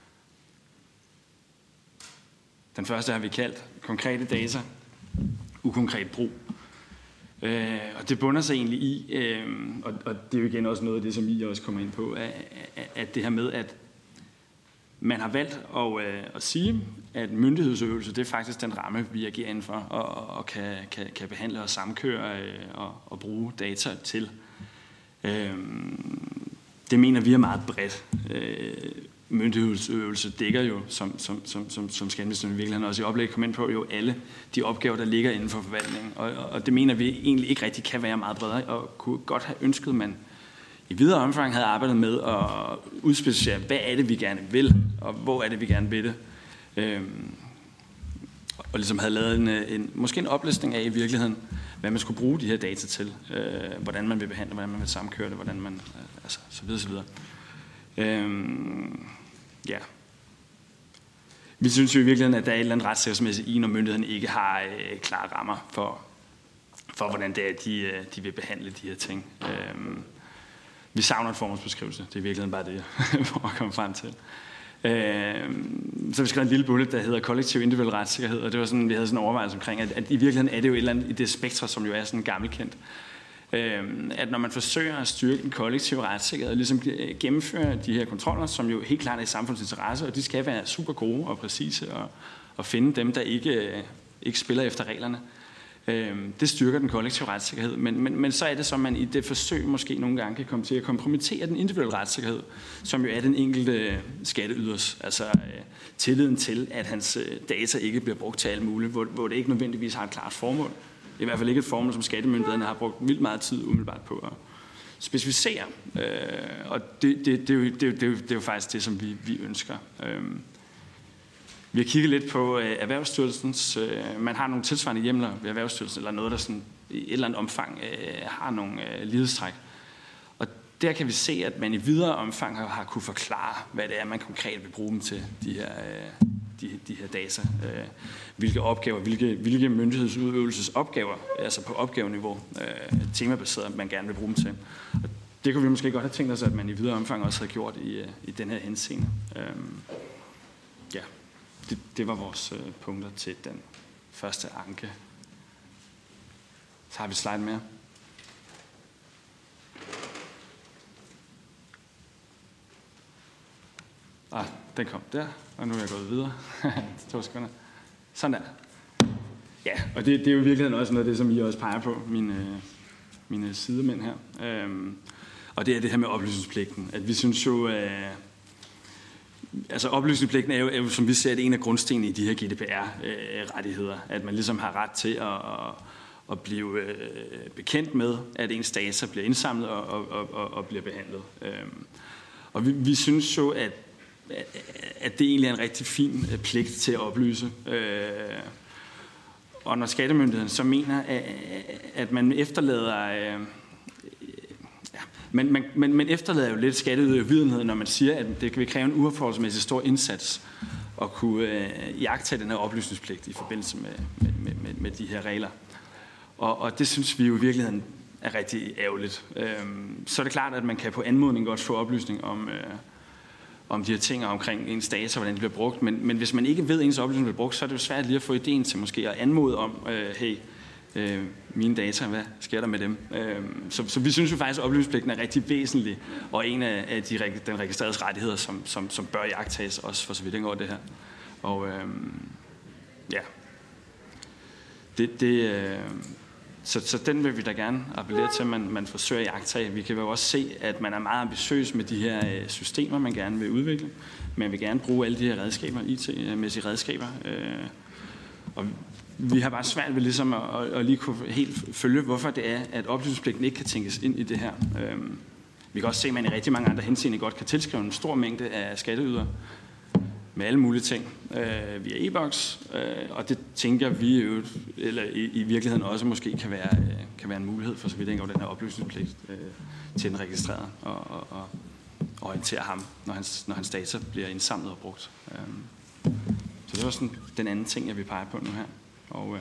Den første har vi kaldt konkrete data, ukonkret brug. Øh, og det bunder sig egentlig i, øh, og, og det er jo igen også noget af det, som I også kommer ind på, at, at det her med, at man har valgt at, øh, at sige, at myndighedsøvelse, det er faktisk den ramme, vi agerer indenfor, og, og kan, kan, kan behandle og samkøre øh, og, og bruge data til. Øh, det mener vi er meget bredt. Øh, myndighedsøvelse dækker jo, som, som, som, som, som skatteministeren i virkeligheden også i oplæg kom ind på, jo alle de opgaver, der ligger inden for forvaltningen. Og, og det mener vi egentlig ikke rigtig kan være meget bredere, og kunne godt have ønsket, man i videre omfang havde arbejdet med at udspecificere, hvad er det, vi gerne vil, og hvor er det, vi gerne vil det. Øhm, og ligesom havde lavet en, en, måske en oplistning af i virkeligheden, hvad man skulle bruge de her data til, øh, hvordan man vil behandle, hvordan man vil samkøre det, hvordan man, øh, altså, så videre, så videre. Øhm, ja. Vi synes jo i virkeligheden, at der er et eller andet retssikkerhedsmæssigt i, når myndigheden ikke har øh, klare rammer for, for, hvordan det er, de, de vil behandle de her ting. Øhm, Vi savner en formålsbeskrivelse. Det er virkelig bare det, for at komme frem til. Øh, så vi skrev en lille bullet, der hedder kollektiv individuel retssikkerhed, og det var sådan, vi havde sådan en overvejelse omkring, at, at i virkeligheden er det jo et eller andet i det spektre, som jo er sådan gammelkendt. Øh, at når man forsøger at styrke den kollektive retssikkerhed, og ligesom gennemføre de her kontroller, som jo helt klart er i samfundets interesse, og de skal være super gode og præcise, og, og finde dem, der ikke, ikke spiller efter reglerne. Det styrker den kollektive retssikkerhed, men, men, men så er det så, at man i det forsøg måske nogle gange kan komme til at kompromittere den individuelle retssikkerhed, som jo er den enkelte skatteyders, altså øh, tilliden til, at hans øh, data ikke bliver brugt til alt muligt, hvor, hvor det ikke nødvendigvis har et klart formål. I hvert fald ikke et formål, som skattemyndighederne har brugt vildt meget tid umiddelbart på at specificere. Øh, og det, det, det, er jo, det, er jo, det, er jo, det er jo faktisk det, som vi, vi ønsker. Øh, Vi har kigget lidt på øh, Erhvervsstyrelsens, øh, man har nogle tilsvarende hjemler ved Erhvervsstyrelsen, eller noget, der sådan, i et eller andet omfang øh, har nogle øh, lighedstræk. Og der kan vi se, at man i videre omfang har, har kunne forklare, hvad det er, man konkret vil bruge dem til, de her, øh, de, de her data. Øh, hvilke opgaver, hvilke, hvilke myndighedsudøvelsesopgaver, altså på opgaveniveau, øh, temabaseret, man gerne vil bruge dem til. Og det kunne vi måske godt have tænkt os, at man i videre omfang også havde gjort i, øh, i den her henseende. Øh, ja. Det, det var vores øh, punkter til den første anke. Så har vi et slide mere. Ah, den kom der, og nu er jeg gået videre. to sekunder. Sådan der. Ja, og det, det er jo i virkeligheden også noget af det, som I også peger på, mine, mine sidemænd her. Øhm, og det er det her med oplysningspligten. At vi synes jo... Øh, Altså oplysningspligten er jo, er jo, som vi ser det, en af grundstenene i de her G D P R-rettigheder. At man ligesom har ret til at, at blive bekendt med, at ens data bliver indsamlet og, og, og, og bliver behandlet. Og vi, vi synes jo, at, at det egentlig er en rigtig fin pligt til at oplyse. Og når skattemyndigheden så mener, at man efterlader... Men man, man, man efterlader jo lidt skatteydervidenhed, når man siger, at det vil kræve en uforholdsmæssig stor indsats at kunne øh, jagtage den her oplysningspligt i forbindelse med, med, med, med de her regler. Og, og det synes vi jo i virkeligheden er rigtig ærgerligt. Øhm, så er det klart, at man kan på anmodning godt få oplysning om, øh, om de her ting omkring ens data, hvordan de bliver brugt. Men, men hvis man ikke ved, at ens oplysning bliver brugt, så er det jo svært lige at få ideen til måske at anmode om, øh, hey, øh, mine data, hvad sker der med dem? Øh, så, så vi synes jo faktisk, at oplysningspligten er rigtig væsentlig, og en af, af de, den registrerede rettigheder, som, som, som bør iagttages også for så vidt over det her. Og øh, ja, det, det, øh, så, så den vil vi da gerne appellere til, at man, man forsøger at iagttage. Vi kan jo også se, at man er meget ambitiøs med de her øh, systemer, man gerne vil udvikle. Man vil gerne bruge alle de her redskaber, I T-mæssige redskaber. Øh, og vi har bare svært ved ligesom at, at, at lige kunne helt følge, hvorfor det er, at oplysningspligten ikke kan tænkes ind i det her. Øh, vi kan også se, at man i rigtig mange andre henseender godt kan tilskrive en stor mængde af skatteyder med alle mulige ting øh, via e-boks, øh, og det tænker vi jo, eller i, i virkeligheden også måske kan være, øh, kan være en mulighed for så vidt over den her oplysningspligt øh, til den registrerede og, og, og orientere ham, når hans, når hans data bliver indsamlet og brugt. Øh, så det var sådan den anden ting, jeg vil pege på nu her. Og øh,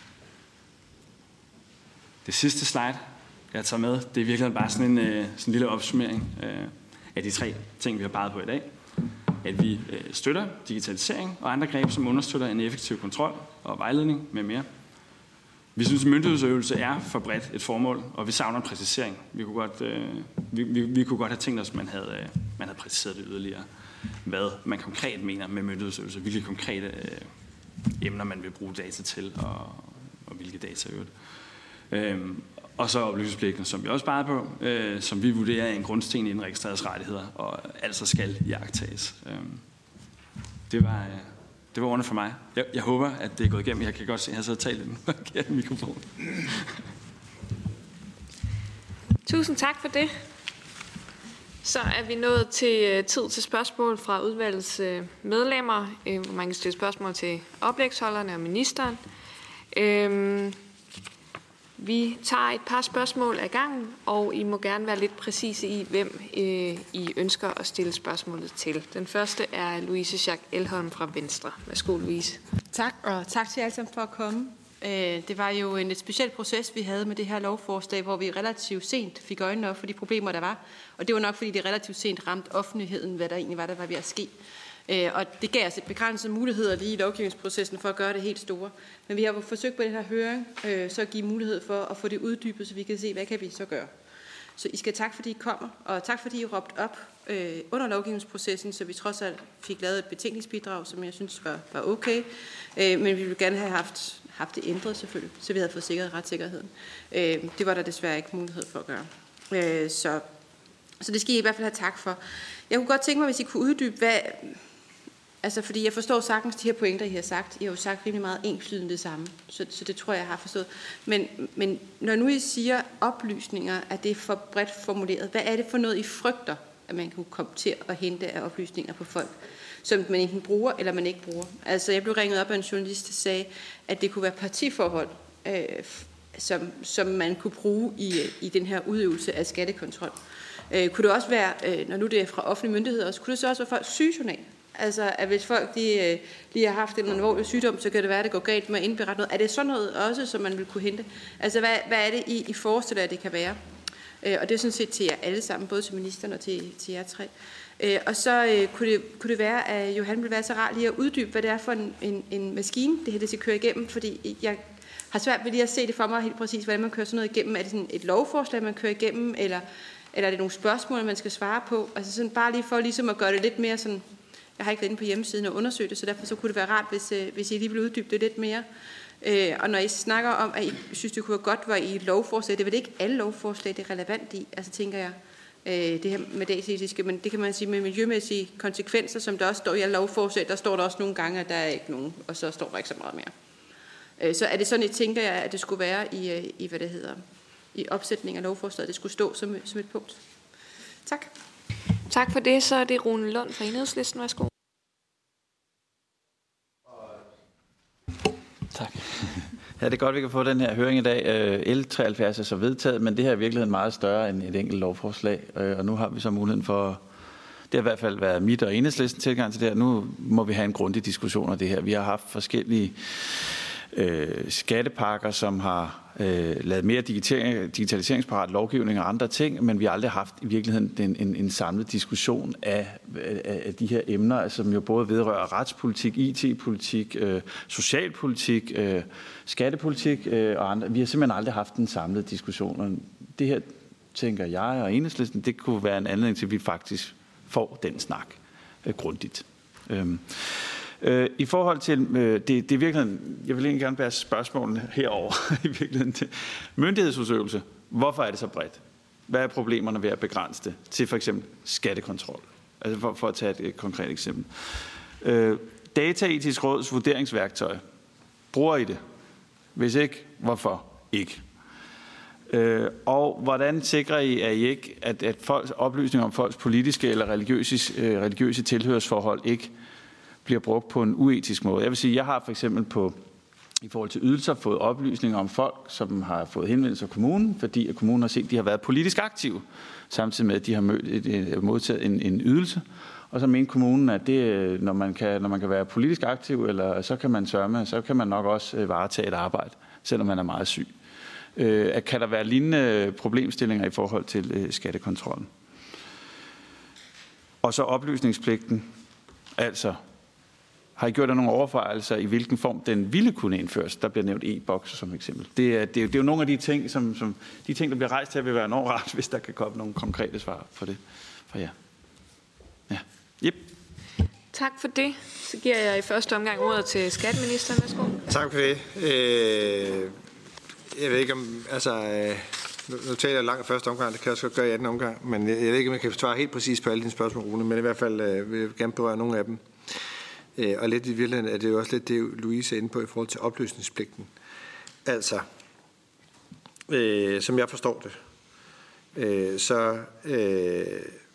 det sidste slide, jeg tager med, det er virkelig bare sådan en, øh, sådan en lille opsummering øh, af de tre ting, vi har peget på i dag. At vi øh, støtter digitalisering og andre greb, som understøtter en effektiv kontrol og vejledning med mere. Vi synes, at myndighedsøvelse er for bredt et formål, og vi savner en præcisering. Vi kunne godt, øh, vi, vi, vi kunne godt have tænkt os, at man havde, øh, man havde præciseret det yderligere, hvad man konkret mener med myndighedsøvelse, hvilke konkrete øh, emner man vil bruge data til, og, og hvilke data øvrigt. Øhm, og så oplysningspligten, som vi også sparer på, øh, som vi vurderer er en grundsten i den registrerede rettigheder, og altså skal iagttages. Øhm, det var... Øh, Det var ordene for mig. Jeg, jeg håber, at det er gået igennem. Jeg kan godt se, at jeg har siddet og talt i den forkerte mikrofon. Tusind tak for det. Så er vi nået til uh, tid til spørgsmål fra udvalgets uh, medlemmer, uh, hvor man kan stille spørgsmål til oplægsholderne og ministeren. Uh, vi tager et par spørgsmål ad gangen, og I må gerne være lidt præcise i, hvem uh, I ønsker at stille spørgsmålet til. Den første er Louise Schack Elholm fra Venstre. Værsgo, Louise. Tak, og tak til jer alle sammen for at komme. Det var jo en lidt speciel proces, vi havde med det her lovforslag, hvor vi relativt sent fik øjnene op for de problemer, der var. Og det var nok, fordi det relativt sent ramte offentligheden, hvad der egentlig var, der var ved at ske. Og det gav os et begrænset muligheder lige i lovgivningsprocessen for at gøre det helt store. Men vi har forsøgt på den her høring, så at give mulighed for at få det uddybet, så vi kan se, hvad kan vi så gøre. Så I skal tak, fordi I kommer, og tak, fordi I råbte op øh, under lovgivningsprocessen, så vi trods alt fik lavet et betænkningsbidrag, som jeg synes var, var okay. Øh, men vi ville gerne have haft, haft det ændret selvfølgelig, så vi havde fået sikret retssikkerheden. Øh, det var der desværre ikke mulighed for at gøre. Øh, så, så det skal I i hvert fald have tak for. Jeg kunne godt tænke mig, hvis I kunne uddybe, hvad... Altså, fordi jeg forstår sagtens de her pointer, I har sagt. I har jo sagt rimelig meget enslydende det samme, så, så det tror jeg, jeg har forstået. Men, men når nu I siger oplysninger, at det er for bredt formuleret, hvad er det for noget, I frygter, at man kunne komme til at hente af oplysninger på folk, som man enten bruger, eller man ikke bruger? Altså, jeg blev ringet op af en journalist, der sagde, at det kunne være partiforhold, øh, som, som man kunne bruge i, i den her udøvelse af skattekontrol. Øh, kunne det også være, øh, når nu det er fra offentlige myndigheder, også, kunne det så også være folks sygejournal? Altså, at hvis folk de, lige har haft en alvorlig sygdom, så kan det være, at det går galt med at indberette noget. Er det sådan noget også, som man vil kunne hente? Altså, hvad, hvad er det, I, I forestiller, at det kan være? Øh, og det er sådan set til jer alle sammen, både til ministeren og til, til jer tre. Øh, og så øh, kunne, det, kunne det være, at Johan ville være så rar lige at uddybe, hvad det er for en, en, en maskine, det her det skal køre igennem, fordi jeg har svært ved lige at se det for mig helt præcis, hvordan man kører sådan noget igennem. Er det sådan et lovforslag, man kører igennem, eller, eller er det nogle spørgsmål, man skal svare på? Altså sådan bare lige for ligesom at gøre det lidt mere sådan... Jeg har ikke været inde på hjemmesiden og undersøgt det, så derfor så kunne det være rart, hvis, hvis I lige ville uddybe det lidt mere. Øh, og når I snakker om, at I synes, det kunne være godt, var I et lovforslag, det er vel ikke alle lovforslag, det er relevant i, altså tænker jeg, øh, det her med det etiske, men det kan man sige med miljømæssige konsekvenser, som der også står i alle lovforslag, der står der også nogle gange, at der er ikke nogen, og så står der ikke så meget mere. Øh, så er det sådan, I tænker jeg, at det skulle være i, i hvad det hedder, i opsætning af lovforslaget, det skulle stå som, som et punkt. Tak. Tak for det. Så er det Rune Lund fra Enhedslisten. Værsgo. Tak. Ja, det er godt, vi kan få den her høring i dag. L treoghalvfjerds er så vedtaget, men det her er i virkeligheden meget større end et enkelt lovforslag. Og nu har vi så muligheden for, det har i hvert fald været mit og Enhedslisten tilgang til det her. Nu må vi have en grundig diskussion af det her. Vi har haft forskellige øh, skattepakker, som har øh, lavet mere digitaliseringsparat lovgivning og andre ting, men vi har aldrig haft i virkeligheden en, en, en samlet diskussion af, af, af de her emner, som jo både vedrører retspolitik, I T-politik, øh, socialpolitik, øh, skattepolitik øh, og andre. Vi har simpelthen aldrig haft en samlet diskussion. Og det her, tænker jeg og Enhedslisten, det kunne være en anledning til, at vi faktisk får den snak øh, grundigt. Øhm. Øh, I forhold til, øh, det, det er virkelig, jeg vil egentlig gerne bære spørgsmålene herover i virkeligheden til myndighedsudøvelse. Hvorfor er det så bredt? Hvad er problemerne ved at begrænse det til for eksempel skattekontrol? Altså for, for at tage et, et konkret eksempel. Øh, Dataetisk Råds vurderingsværktøj. Bruger I det? Hvis ikke, hvorfor ikke? Øh, og hvordan sikrer I, at I ikke, at, at folks oplysninger om folks politiske eller religiøse, øh, religiøse tilhørsforhold ikke bliver brugt på en uetisk måde? Jeg vil sige, jeg har for eksempel på, i forhold til ydelser fået oplysninger om folk, som har fået henvendelse af kommunen, fordi at kommunen har set, at de har været politisk aktive, samtidig med, at de har mødt, modtaget en, en ydelse. Og så mener kommunen, at det, når, man kan, når man kan være politisk aktiv, eller, så kan man sørge, så kan man nok også varetage et arbejde, selvom man er meget syg. Øh, kan der være lignende problemstillinger i forhold til øh, skattekontrollen? Og så oplysningspligten. Altså, har I gjort der nogle overvejelser i hvilken form den ville kunne indføres? Der bliver nævnt e-boks som eksempel. Det er, det, er, det er jo nogle af de ting, som, som de ting, der bliver rejst her, vil være enormt rart, hvis der kan komme nogle konkrete svar for det fra jer. Ja. Yep. Tak for det. Så giver jeg i første omgang ordet til skatteministeren. Værsgo. Tak for det. Øh, jeg ved ikke om, altså, øh, nu, nu taler jeg langt i første omgang, det kan jeg også godt gøre i anden omgang, men jeg, jeg ved ikke, om jeg kan svare helt præcis på alle dine spørgsmål, Rune, men i hvert fald øh, vil jeg gerne berøre nogle af dem. Øh, og lidt i virkeligheden er det jo også lidt det, Louise er inde på i forhold til opløsningspligten. Altså, øh, som jeg forstår det, øh, så øh,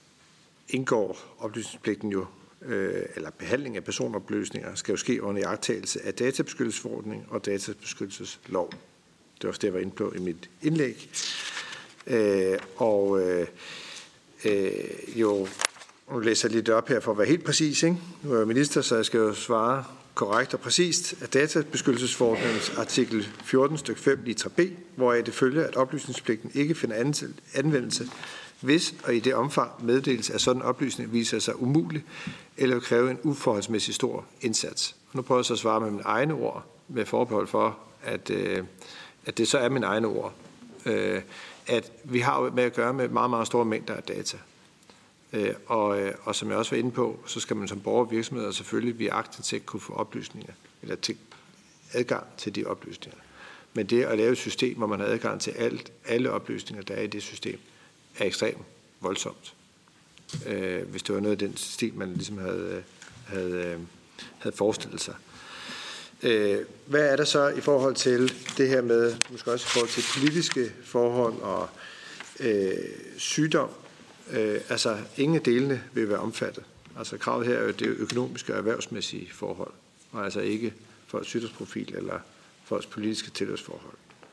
indgår oplysningspligten jo, øh, eller behandling af personoplysninger, skal jo ske under iagttagelse af databeskyttelsesforordning og databeskyttelseslov. Det var også det, jeg var inde på i mit indlæg. Øh, og øh, øh, jo, nu læser jeg lidt op her for at være helt præcis, ikke? Nu er jeg minister, så jeg skal jo svare korrekt og præcist, at databeskyttelsesforordningens artikel fjorten stykke fem litra B, hvoraf det følger, at oplysningspligten ikke finder anvendelse, hvis og i det omfang meddelelse af sådan oplysning viser sig umulig eller vil kræve en uforholdsmæssig stor indsats. Nu prøver jeg så at svare med mine egne ord, med forbehold for, at, øh, at det så er mine egne ord. Øh, at vi har jo med at gøre med meget, meget store mængder af data. Øh, og, øh, og som jeg også var inde på, så skal man som borger og virksomheder selvfølgelig via aktindsigt kunne få oplysninger, eller til adgang til de oplysninger. Men det at lave et system, hvor man har adgang til alt, alle oplysninger, der er i det system, er ekstremt voldsomt. Øh, hvis det var noget af den stil, man ligesom havde, havde, havde forestillet sig. Øh, hvad er der så i forhold til det her med, måske også i forhold til politiske forhold og øh, sygdom? Øh, altså, ingen af delene vil være omfattet. Altså, kravet her er jo det økonomiske og erhvervsmæssige forhold, og altså ikke folks sygdomsprofil eller folks politiske tilhørsforhold.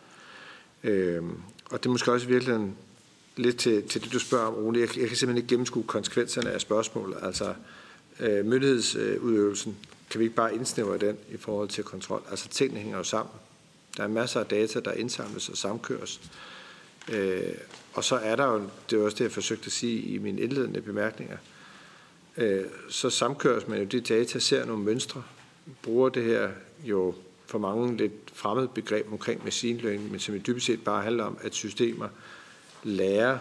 Øh, og det er måske også i virkeligheden lidt til, til det, du spørger om, Rune. Jeg, jeg kan simpelthen ikke gennemskue konsekvenserne af spørgsmålet. Altså, øh, myndighedsudøvelsen, kan vi ikke bare indsnævre den i forhold til kontrol? Altså, tingene hænger jo sammen. Der er masser af data, der indsamles og samkøres. Øh, og så er der jo, det er også det, jeg forsøgte at sige i mine indledende bemærkninger, øh, så samkøres man jo de data, ser nogle mønstre, bruger det her jo for mange lidt fremmed begreb omkring machine learning, men som i dybest set bare handler om, at systemer lærer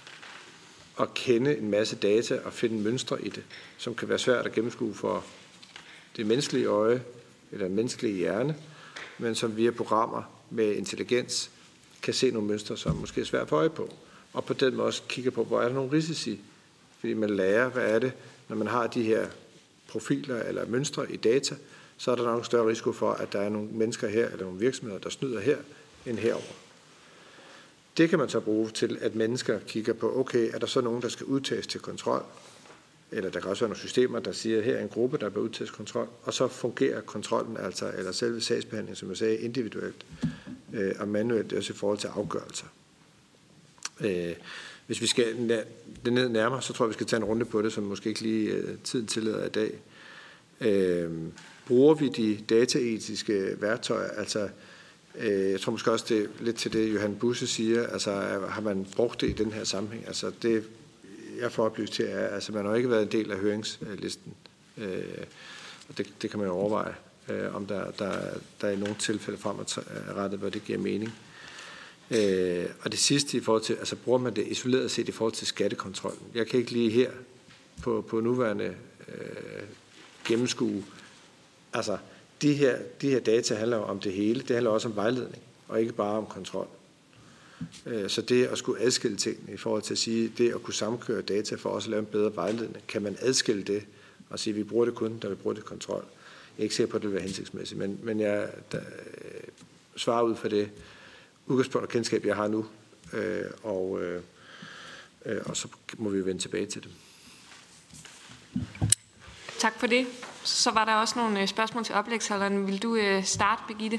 at kende en masse data og finde mønstre i det, som kan være svært at gennemskue for det menneskelige øje eller den menneskelige hjerne, men som via programmer med intelligens kan se nogle mønstre, som måske er svært at få øje på. Og på den måde også kigger på, hvor er der nogle risici. Fordi man lærer, hvad er det, når man har de her profiler eller mønstre i data, så er der nok en større risiko for, at der er nogle mennesker her, eller nogle virksomheder, der snyder her, end herover. Det kan man så bruge til, at mennesker kigger på, okay, er der så nogen, der skal udtages til kontrol? Eller der kan også være nogle systemer, der siger, at her er en gruppe, der bliver udtaget til kontrol, og så fungerer kontrollen, altså, eller selve sagsbehandling, som jeg sagde, individuelt øh, og manuelt, også i forhold til afgørelser. Øh, hvis vi skal det ned nærmere, så tror jeg, vi skal tage en runde på det, som måske ikke lige øh, tiden tillader i dag. Øh, bruger vi de dataetiske værktøjer? Altså, øh, jeg tror måske også, det er lidt til det, Johan Busse siger. Altså, har man brugt det i den her sammenhæng? Altså, det, jeg får oplyst til, er, altså, man har ikke været en del af høringslisten. Øh, og det, det kan man jo overveje, øh, om der, der, der er i nogle tilfælde fremadrettet, hvor det giver mening. Øh, og det sidste i forhold til, altså bruger man det isoleret set i forhold til skattekontrollen. Jeg kan ikke lige her på, på nuværende øh, gennemskue, altså de her, de her data handler om det hele, det handler også om vejledning, og ikke bare om kontrol. Øh, så det at skulle adskille tingene i forhold til at sige, det at kunne samkøre data for også at lave en bedre vejledning, kan man adskille det og sige, at vi bruger det kun, når vi bruger det kontrol. Jeg er ikke sikker på, at det vil være hensigtsmæssigt, men, men jeg der, øh, svarer ud for det udgangspunkt og kendskab, jeg har nu, øh, og, øh, øh, og så må vi vende tilbage til det. Tak for det. Så var der også nogle spørgsmål til oplægsholderen. Vil du øh, starte, Birgitte?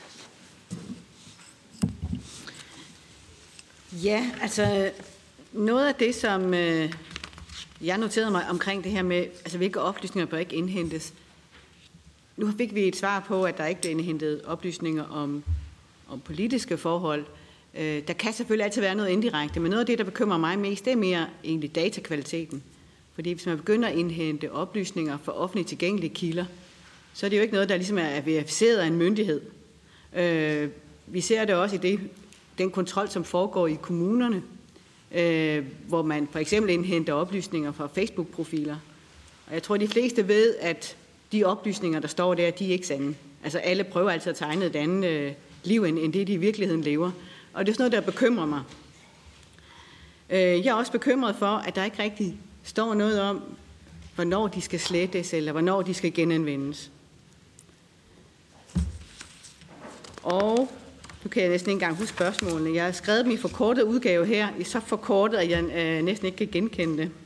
Ja, altså noget af det, som øh, jeg noterede mig omkring det her med, altså hvilke oplysninger bør ikke indhentes. Nu fik vi et svar på, at der ikke bliver indhentet oplysninger om om politiske forhold. Der kan selvfølgelig altid være noget indirekte, men noget af det, der bekymrer mig mest, det er mere egentlig datakvaliteten. Fordi hvis man begynder at indhente oplysninger for offentligt tilgængelige kilder, så er det jo ikke noget, der ligesom er verificeret af en myndighed. Vi ser det også i det, den kontrol, som foregår i kommunerne, hvor man for eksempel indhenter oplysninger fra Facebook-profiler. Og jeg tror, de fleste ved, at de oplysninger, der står der, de er ikke sande. Altså alle prøver altid at tegne et andet liv, end det, de i virkeligheden lever. Og det er sådan noget, der bekymrer mig. Jeg er også bekymret for, at der ikke rigtig står noget om, hvornår de skal slettes, eller hvornår de skal genanvendes. Og nu kan jeg næsten ikke engang huske spørgsmålene. Jeg har skrevet dem i forkortet udgave her, i så forkortet, at jeg øh, næsten ikke kan genkende det.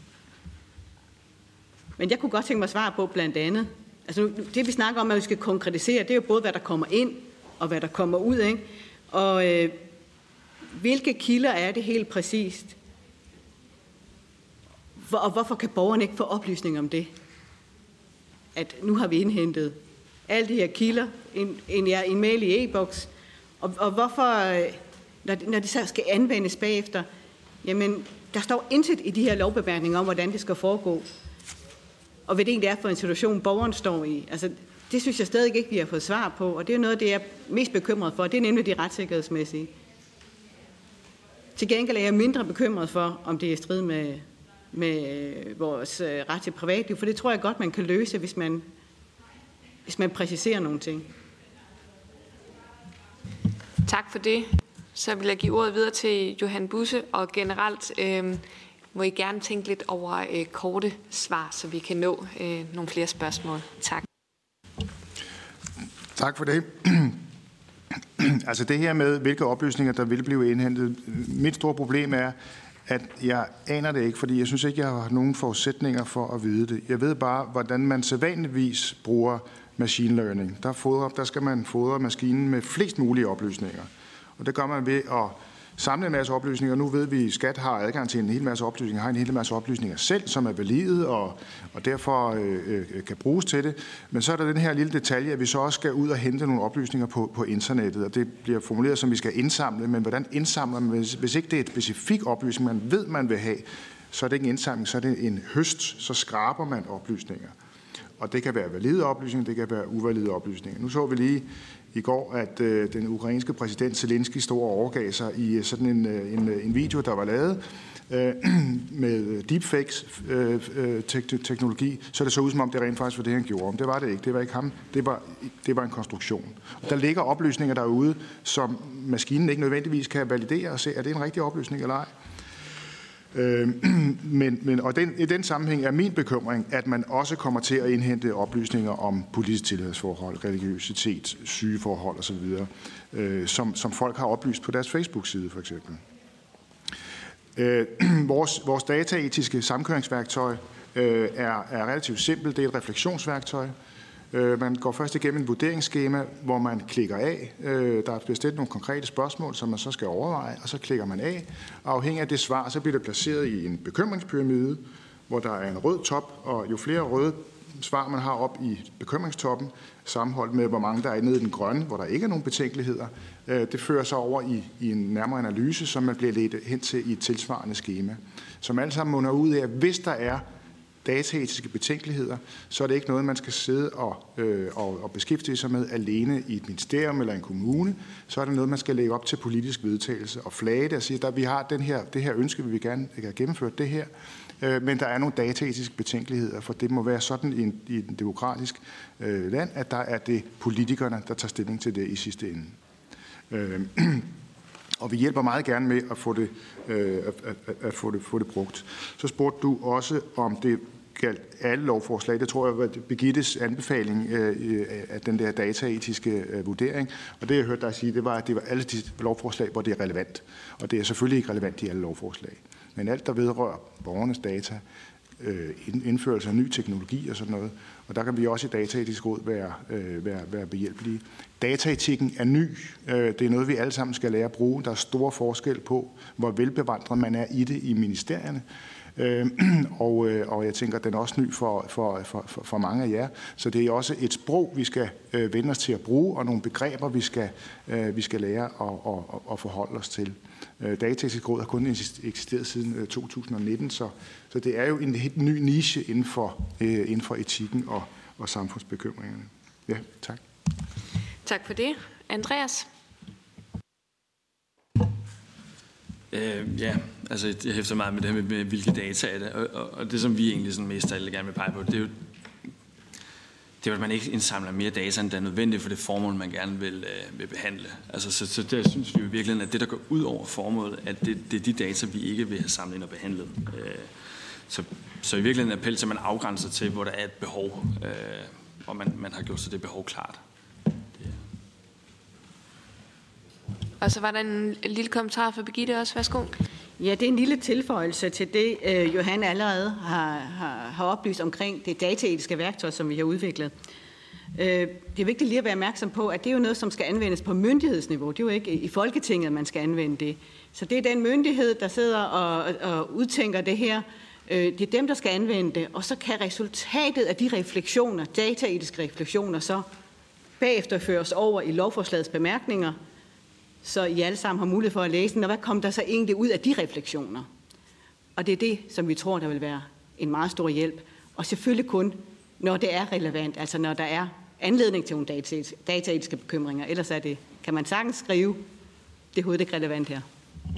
Men jeg kunne godt tænke mig at svare på blandt andet. Altså det, vi snakker om, at vi skal konkretisere, det er jo både, hvad der kommer ind, og hvad der kommer ud, ikke? Og øh, hvilke kilder er det helt præcist? Hvor, og hvorfor kan borgerne ikke få oplysning om det? At nu har vi indhentet alle de her kilder, en, en, en mail i e-boks, og, og hvorfor, når, når det så skal anvendes bagefter, jamen, der står intet i de her lovbemærkninger om, hvordan det skal foregå, og hvad det egentlig er for en situation, borgeren står i. Altså, det synes jeg stadig ikke, vi har fået svar på, og det er noget af det, jeg er mest bekymret for, det er nemlig de retssikkerhedsmæssige. Til gengæld er jeg mindre bekymret for, om det er i strid med, med vores ret til privatliv, for det tror jeg godt, man kan løse, hvis man, hvis man præciserer nogle ting. Tak for det. Så vil jeg give ordet videre til Johan Busse, og generelt øh, må I gerne tænke lidt over øh, korte svar, så vi kan nå øh, nogle flere spørgsmål. Tak. Tak for det. Altså det her med, hvilke oplysninger, der vil blive indhentet. Mit store problem er, at jeg aner det ikke, fordi jeg synes ikke, jeg har nogen forudsætninger for at vide det. Jeg ved bare, hvordan man sædvanligvis bruger machine learning. Der, fodrer, der skal man fodre maskinen med flest mulige oplysninger. Og det gør man ved at samle en masse oplysninger. Nu ved vi, at Skat har adgang til en hel masse oplysninger, har en hel masse oplysninger selv, som er valide og, og derfor øh, kan bruges til det. Men så er der den her lille detalje, at vi så også skal ud og hente nogle oplysninger på, på internettet, og det bliver formuleret som, vi skal indsamle. Men hvordan indsamler man, hvis, hvis ikke det er et specifik oplysning, man ved, man vil have, så er det ikke en indsamling, så er det en høst, så skraber man oplysninger. Og det kan være valide oplysninger, det kan være uvalide oplysninger. Nu så vi lige i går, at øh, den ukrainske præsident Zelensky stod og overgav sig i sådan en, en, en video, der var lavet øh, med deepfakes-teknologi, øh, så det så ud som om, det rent faktisk var det, han gjorde. Men det var det ikke. Det var ikke ham. Det var, det var en konstruktion. Og der ligger oplysninger derude, som maskinen ikke nødvendigvis kan validere og se, er det en rigtig oplysning eller ej. Men, men, og den, i den sammenhæng er min bekymring, at man også kommer til at indhente oplysninger om politisk tilhørsforhold, religiøsitet, sygeforhold osv., øh, som, som folk har oplyst på deres Facebook-side for eksempel. Øh, vores, vores dataetiske samkøringsværktøj øh, er, er relativt simpelt. Det er et refleksionsværktøj. Øh, man går først igennem en vurderingsskema, hvor man klikker af. Øh, der bliver stillet nogle konkrete spørgsmål, som man så skal overveje, og så klikker man af. Og afhængig af det svar, så bliver det placeret i en bekymringspyramide, hvor der er en rød top, og jo flere røde svar, man har op i bekymringstoppen, sammenholdt med, hvor mange der er nede i den grønne, hvor der ikke er nogen betænkeligheder, det fører sig over i, i en nærmere analyse, som man bliver ledt hen til i et tilsvarende skema, som alle sammen munder ud af, at hvis der er dataetiske betænkeligheder, så er det ikke noget, man skal sidde og, øh, og, og beskæftige sig med alene i et ministerium eller en kommune. Så er det noget, man skal lægge op til politisk vedtagelse og flage det og sige, at vi har den her, det her ønske, vi vil gerne have gennemført det her, øh, men der er nogle dataetiske betænkeligheder, for det må være sådan i, en, i et demokratisk øh, land, at der er det politikerne, der tager stilling til det i sidste ende. Øh, Og vi hjælper meget gerne med at få det, øh, at, at, at få det, få det brugt. Så spurgte du også, om det galt alle lovforslag. Det tror jeg var Birgittes anbefaling øh, af den der dataetiske øh, vurdering. Og det, jeg hørte dig sige, det var, at det var alle de lovforslag, hvor det er relevant. Og det er selvfølgelig ikke relevant i alle lovforslag. Men alt, der vedrører borgernes data, øh, indførelse af ny teknologi og sådan noget, og der kan vi også i Dataetisk Råd være, øh, være, være behjælpelige. Dataetikken er ny. Det er noget, vi alle sammen skal lære at bruge. Der er stor forskel på, hvor velbevandret man er i det i ministerierne. Og, og jeg tænker, at den er også ny for, for, for, for mange af jer. Så det er også et sprog, vi skal vende os til at bruge, og nogle begreber, vi skal, vi skal lære at, at, at forholde os til. Dataetisk Råd har kun eksisteret siden to tusind nitten, så, så det er jo en helt ny niche inden for, inden for etikken og, og samfundsbekymringerne. Ja, tak. Tak for det. Andreas? Øh, ja, altså jeg hæfter meget med det her med, med hvilke data er det, og, og, og det som vi egentlig sådan mest alle gerne vil pege på, det er jo, det er jo, at man ikke indsamler mere data, end der er nødvendigt for det formål, man gerne vil, øh, vil behandle. Altså, så, så der synes vi jo virkelig, at det, der går ud over formålet, at det, det er de data, vi ikke vil have samlet ind og behandlet. Øh, så, så i virkeligheden en appel til, at man afgrænser til, hvor der er et behov, øh, og man, man har gjort sig det behov klart. Og så var der en lille kommentar fra Birgitte også. Værsgo. Ja, det er en lille tilføjelse til det, øh, Johan allerede har, har, har oplyst omkring det dataetiske værktøj, som vi har udviklet. Øh, det er vigtigt lige at være opmærksom på, at det er jo noget, som skal anvendes på myndighedsniveau. Det er jo ikke i Folketinget, man skal anvende det. Så det er den myndighed, der sidder og, og udtænker det her. Øh, det er dem, der skal anvende det. Og så kan resultatet af de refleksioner, dataetiske refleksioner, så bagefter føres over i lovforslagets bemærkninger, så I alle sammen har mulighed for at læse den, og hvad kom der så egentlig ud af de refleksioner? Og det er det, som vi tror, der vil være en meget stor hjælp. Og selvfølgelig kun, når det er relevant, altså når der er anledning til nogle dataetiske bekymringer. Ellers er det, kan man sagtens skrive, det er hovedet ikke relevant her.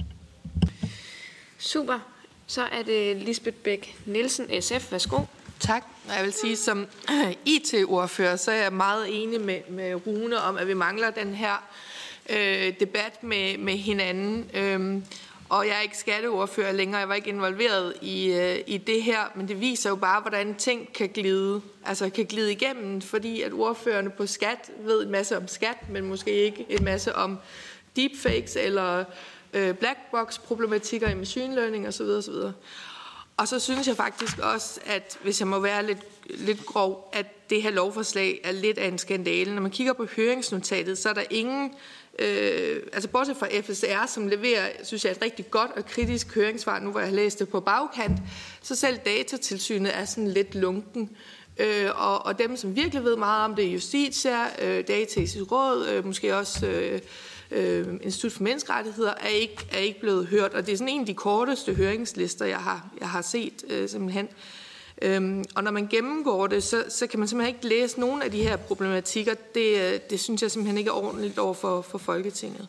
Super. Så er det Lisbeth Bech Nielsen, S F. Værsgo. Tak. Jeg vil sige, som I T-ordfører, så er jeg meget enig med, med Rune om, at vi mangler den her Øh, debat med, med hinanden. Øhm, og jeg er ikke skatteordfører længere, jeg var ikke involveret i, øh, i det her, men det viser jo bare, hvordan ting kan glide, altså kan glide igennem, fordi at ordførerne på skat ved en masse om skat, men måske ikke en masse om deepfakes eller øh, blackbox-problematikker i machine learning osv. osv. Og så synes jeg faktisk også, at hvis jeg må være lidt, lidt grov, at det her lovforslag er lidt af en skandale. Når man kigger på høringsnotatet, så er der ingen, øh, altså bortset fra F S R, som leverer, synes jeg, et rigtig godt og kritisk høringssvar, nu hvor jeg har læst det på bagkant, så selv Datatilsynet er sådan lidt lunken. Øh, og, og dem, som virkelig ved meget om det, Justitia, øh, Dataetisk Råd, øh, måske også øh, øh, Institut for Menneskerettigheder, er ikke, er ikke blevet hørt. Og det er sådan en af de korteste høringslister, jeg har, jeg har set øh, simpelthen. Øhm, og når man gennemgår det, så, så kan man simpelthen ikke læse nogen af de her problematikker. Det, det synes jeg simpelthen ikke er ordentligt over for, for Folketinget.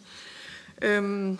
Øhm,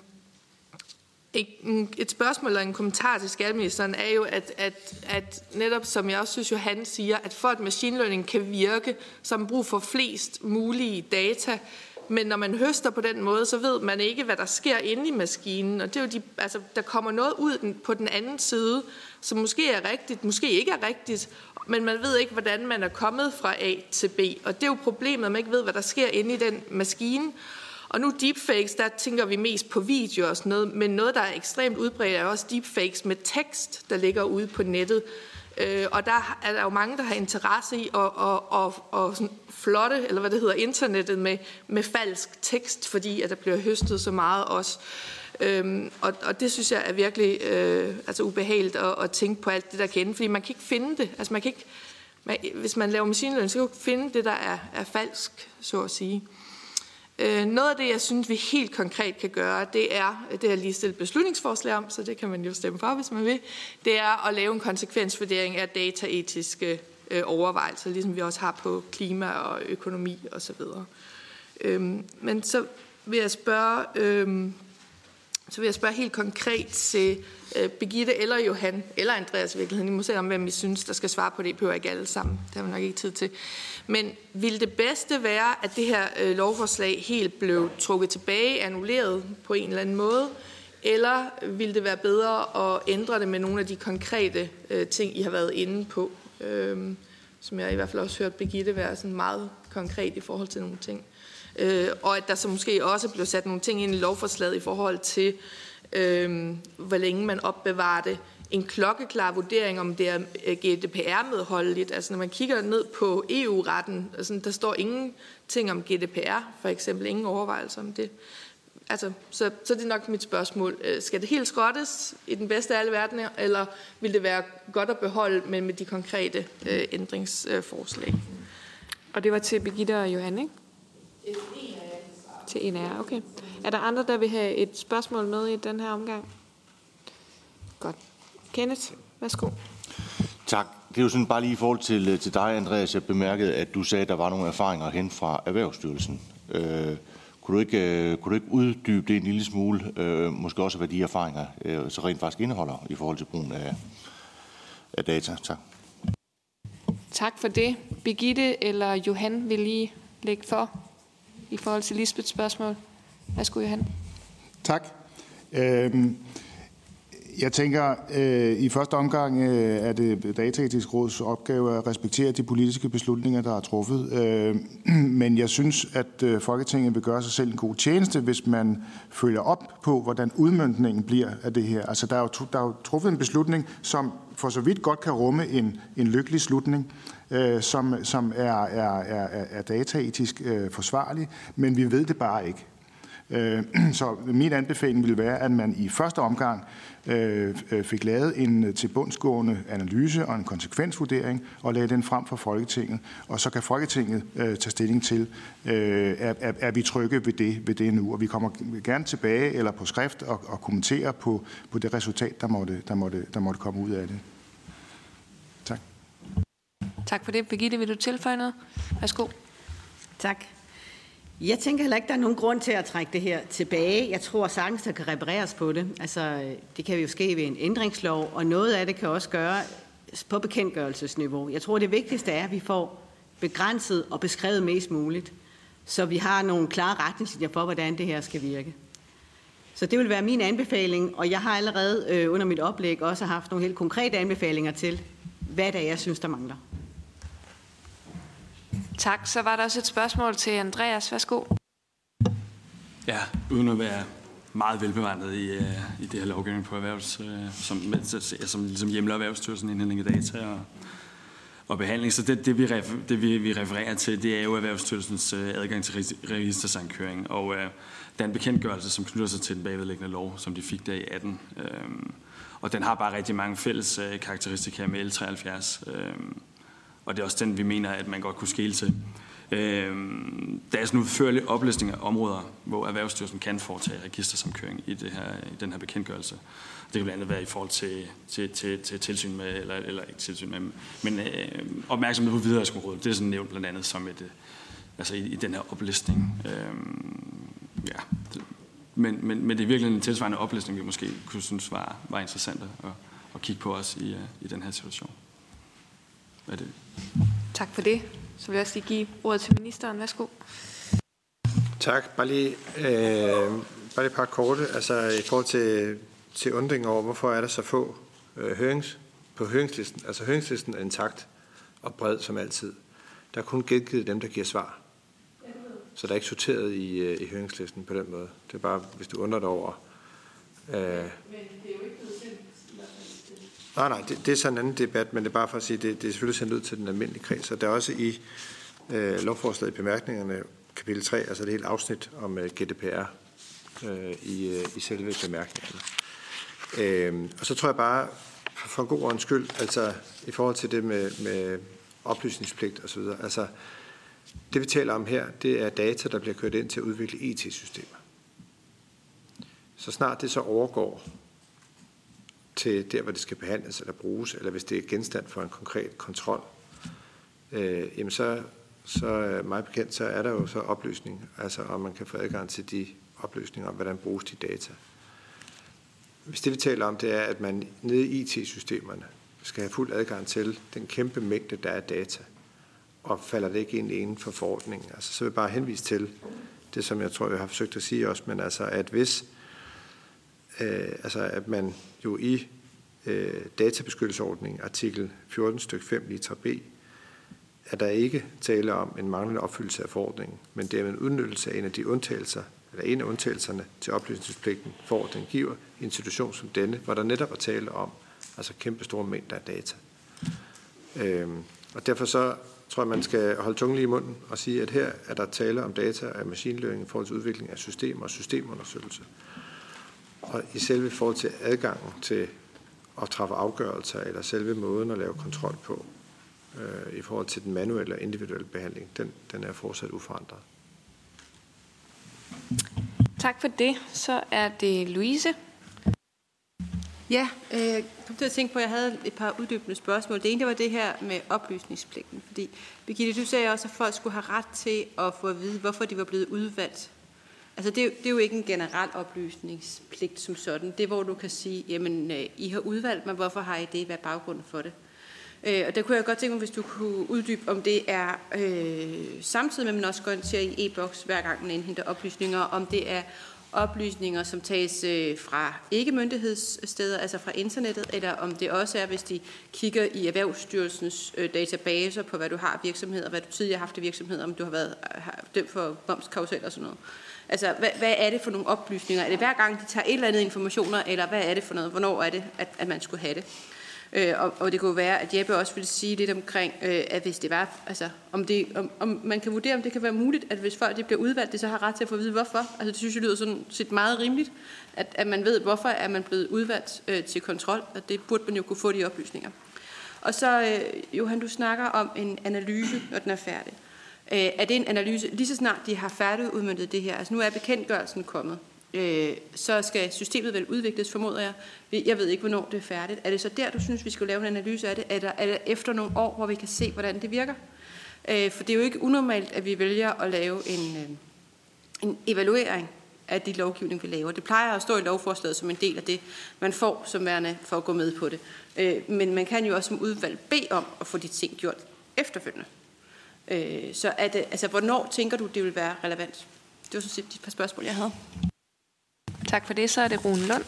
et, et spørgsmål eller en kommentar til skatteministeren er jo, at, at, at netop som jeg også synes, Johan siger, at for at machine learning kan virke, så har man brug for flest mulige data. Men når man høster på den måde, så ved man ikke, hvad der sker inde i maskinen. Og det er jo de, altså, der kommer noget ud på den anden side, som måske er rigtigt, måske ikke er rigtigt, men man ved ikke, hvordan man er kommet fra A til B. Og det er jo problemet, at man ikke ved, hvad der sker inde i den maskine. Og nu deepfakes, der tænker vi mest på video og sådan noget, men noget, der er ekstremt udbredt, er også deepfakes med tekst, der ligger ude på nettet. Øh, og der er der jo mange, der har interesse i at, at, at, at sådan flotte, eller hvad det hedder, internettet med, med falsk tekst, fordi at der bliver høstet så meget også. Øhm, og, og det synes jeg er virkelig øh, altså ubehageligt at, at tænke på alt det, der kan ende, fordi man kan ikke finde det. Altså man kan ikke, hvis man laver machine learning, så kan du finde det, der er, er falsk, så at sige. Øh, noget af det, jeg synes, vi helt konkret kan gøre, det er, det har lige stillet beslutningsforslag om, så det kan man jo stemme for, hvis man vil, det er at lave en konsekvensvurdering af dataetiske øh, overvejelser, ligesom vi også har på klima og økonomi osv. Øhm, men så vil jeg spørge, øhm, så vil jeg spørge helt konkret til øh, Birgitte eller Johan, eller Andreas i virkeligheden. I må se om, hvem I synes, der skal svare på det. I behøver ikke alle sammen. Det har vi nok ikke tid til. Men vil det bedste være, at det her øh, lovforslag helt blev trukket tilbage, annulleret på en eller anden måde? Eller vil det være bedre at ændre det med nogle af de konkrete øh, ting, I har været inde på? Øh, som jeg i hvert fald også hørt Birgitte være sådan meget konkret i forhold til nogle ting. Øh, og at der så måske også blev sat nogle ting ind i lovforslaget i forhold til, øh, hvor længe man opbevarer det. En klokkeklar vurdering, om det er G D P R-medholdeligt. Altså når man kigger ned på E U-retten, altså, der står ingenting om G D P R, for eksempel ingen overvejelser om det. Altså, så, så det er nok mit spørgsmål. Skal det helt skrottes i den bedste af alle verdener, eller vil det være godt at beholde med, med de konkrete øh, ændringsforslag? Og det var til Birgitte og Johan, ikke? Til en af jer, okay. Er der andre, der vil have et spørgsmål med i den her omgang? Godt. Kenneth, værsgo. Tak. Det er jo sådan bare lige i forhold til, til dig, Andreas. Jeg bemærkede, at du sagde, at der var nogle erfaringer hen fra Erhvervsstyrelsen. Øh, kunne, du ikke, øh, kunne du ikke uddybe det en lille smule? Øh, måske også, hvad de erfaringer øh, så rent faktisk indeholder i forhold til brugen af, af data. Tak. Tak for det. Birgitte eller Johan vil lige lægge for i forhold til Lisbeths spørgsmål. Værsgo, Johan. Tak. Øhm, jeg tænker, øh, i første omgang øh, er det Dataetisk Råds opgave at respektere de politiske beslutninger, der er truffet. Øh, men jeg synes, at øh, Folketinget vil gøre sig selv en god tjeneste, hvis man følger op på, hvordan udmøntningen bliver af det her. Altså, der er jo, der er jo truffet en beslutning, som for så vidt godt kan rumme en, en lykkelig slutning, øh, som, som er, er, er, er dataetisk øh, forsvarlig, men vi ved det bare ikke. Øh, så min anbefaling vil være, at man i første omgang øh, fik lavet en tilbundsgående analyse og en konsekvensvurdering og lagde den frem for Folketinget, og så kan Folketinget øh, tage stilling til, øh, er, er, er vi trygge ved det, ved det nu, og vi kommer gerne tilbage eller på skrift og, og kommentere på, på det resultat, der måtte, der, måtte, der måtte komme ud af det. Tak. Tak for det. Birgitte, vil du tilføje noget? Værsgo. Tak. Jeg tænker heller ikke, der er nogen grund til at trække det her tilbage. Jeg tror sagtens, der kan repareres på det. Altså, det kan jo ske ved en ændringslov, og noget af det kan også gøre på bekendtgørelsesniveau. Jeg tror, det vigtigste er, at vi får begrænset og beskrevet mest muligt, så vi har nogle klare retningslinjer for, hvordan det her skal virke. Så det vil være min anbefaling, og jeg har allerede øh, under mit oplæg også haft nogle helt konkrete anbefalinger til, hvad det er, jeg synes, der mangler. Tak. Så var der også et spørgsmål til Andreas. Værsgo. Ja, uden at være meget velbevandret i, uh, i det her lovgivning på erhvervs, uh, som, som ligesom hjemler Erhvervsstyrelsen indhentning af data og, og behandling. Så det, det, vi, refer, det vi, vi refererer til, det er jo Erhvervsstyrelsens uh, adgang til registersamkøring. Og uh, den bekendtgørelse, som knytter sig til den bagvedliggende lov, som de fik der i atten. Uh, og den har bare rigtig mange fælles uh, karakteristika med L treoghalvfjerds. Uh, Og det er også den, vi mener, at man godt kunne skele til. Øhm, der er sådan en udførlig oplistning af områder, hvor Erhvervsstyrelsen kan foretage registersamkøring i, det her, i den her bekendtgørelse. Det kan blandt andet være i forhold til, til, til, til tilsyn med, eller, eller ikke tilsyn med, men øh, opmærksomhed på videreskolerådet. Det er sådan nævnt blandt andet som et, altså i, i den her oplistning. Øhm, ja. men, men, men det er virkelig en tilsvarende oplistning, vi måske kunne synes var, var interessant at, at kigge på os i, i den her situation. Hvad er det? Tak for det. Så vil jeg også lige give ordet til ministeren. Værsgo. Tak. Bare lige, øh, bare lige et par korte. Altså i forhold til, til undring over, hvorfor er der så få øh, hørings, på høringslisten. Altså høringslisten er intakt og bred som altid. Der er kun gengivet dem, der giver svar. Så der er ikke sorteret i, øh, i høringslisten på den måde. Det er bare, hvis du undrer dig over. Øh, men det er jo ikke blevet sendt. Nej, nej, det, det er sådan en anden debat, men det er bare for at sige, det, det er selvfølgelig sendt ud til den almindelige kreds. Og der er også i øh, lovforslaget i bemærkningerne, kapitel tre, altså det hele afsnit om øh, G D P R øh, i, øh, i selve bemærkningerne. Øh, og så tror jeg bare, for, for god ordens skyld, altså i forhold til det med, med oplysningspligt osv. Altså, det vi taler om her, det er data, der bliver kørt ind til at udvikle I T-systemer. Så snart det så overgår til der, hvor det skal behandles eller bruges, eller hvis det er genstand for en konkret kontrol, øh, jamen så, så meget bekendt, så er der jo så oplysning, altså om man kan få adgang til de oplysninger om, hvordan bruges de data. Hvis det vi taler om, det er, at man nede i I T-systemerne skal have fuld adgang til den kæmpe mængde, der er data, og falder det ikke ind inden for forordningen. Altså, så vil jeg bare henvise til det, som jeg tror, jeg har forsøgt at sige også, men altså, at hvis øh, altså, at man jo i øh, databeskyttelsesordningen, artikel fjorten stykke fem litra B, at der ikke tale om en manglende opfyldelse af forordningen, men det er en udnyttelse af en af de undtagelser, eller en af undtagelserne til oplysningspligten, forordningen giver i en situation som denne, hvor der netop er tale om altså kæmpe store mængder af data. Øhm, og derfor så tror jeg, man skal holde tungen lige i munden og sige, at her er der tale om data af machine learning i forhold til udvikling af systemer og systemundersøgelse. Og i selve forhold til adgangen til at træffe afgørelser, eller selve måden at lave kontrol på, øh, i forhold til den manuelle og individuelle behandling, den, den er fortsat uforandret. Tak for det. Så er det Louise. Ja, øh, jeg kom til at tænke på, at jeg havde et par uddybende spørgsmål. Det ene det var det her med oplysningspligten. Fordi, Birgitte, du sagde også, at folk skulle have ret til at få at vide, hvorfor de var blevet udvalgt. Altså, det er, det er jo ikke en generel oplysningspligt som sådan. Det er, hvor du kan sige, jamen, I har udvalgt mig, hvorfor har I det? Hvad er baggrunden for det? Øh, og der kunne jeg godt tænke mig, hvis du kunne uddybe, om det er øh, samtidig med, at man også går ind til i e-boks, hver gang man indhenter oplysninger, om det er oplysninger, som tages øh, fra ikke-myndighedssteder, altså fra internettet, eller om det også er, hvis de kigger i Erhvervsstyrelsens øh, databaser på, hvad du har af virksomheder, hvad du tidligere har haft af virksomheder, om du har været har dømt for momskarusel og sådan noget. Altså, hvad, hvad er det for nogle oplysninger? Er det hver gang, de tager et eller andet informationer, eller hvad er det for noget? Hvornår er det, at, at man skulle have det? Øh, og, og det kunne være, at Jeppe også ville sige lidt omkring, øh, at hvis det var, altså, om, det, om, om man kan vurdere, om det kan være muligt, at hvis folk de bliver udvalgt, det så har ret til at få at vide, hvorfor. Altså, det synes jeg lyder sådan set meget rimeligt, at, at man ved, hvorfor er man blevet udvalgt øh, til kontrol, og det burde man jo kunne få de oplysninger. Og så, øh, Johan, du snakker om en analyse, når den er færdig. Øh, er det en analyse, lige så snart de har færdigudmøntet det her? Altså, nu er bekendtgørelsen kommet. Øh, så skal systemet vel udvikles, formoder jeg. Jeg ved ikke, hvornår det er færdigt. Er det så der, du synes, vi skal lave en analyse af det? Eller er det efter nogle år, hvor vi kan se, hvordan det virker? Øh, for det er jo ikke unormalt, at vi vælger at lave en, øh, en evaluering af de lovgivning, vi laver. Det plejer at stå i lovforslaget som en del af det, man får som værende for at gå med på det. Øh, men man kan jo også som udvalg bede om at få de ting gjort efterfølgende. Øh, så er det, altså, hvornår tænker du, det vil være relevant? Det var sådan set de par spørgsmål, jeg havde. Tak for det. Så er det Rune Lund.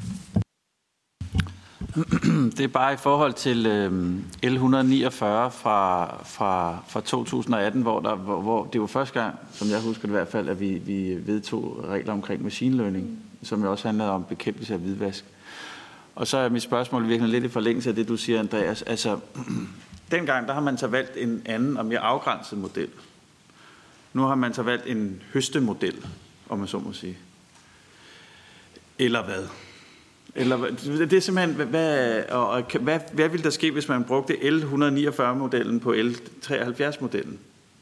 Det er bare i forhold til øh, L et hundrede niogfyrre fra, fra, fra to tusind og atten, hvor, der, hvor, hvor det var første gang, som jeg husker det i hvert fald, at vi, vi vedtog regler omkring machine learning, som jo også handlede om bekæmpelse af hvidvask. Og så er mit spørgsmål virkelig lidt i forlængelse af det, du siger, Andreas. Altså, dengang der har man så valgt en anden og mere afgrænset model. Nu har man så valgt en høstemodel, om man så må sige. Eller hvad? Eller det er simpelthen, hvad, og, hvad, hvad ville der ske, hvis man brugte L et hundrede niogfyrre-modellen på L treoghalvfjerds-modellen?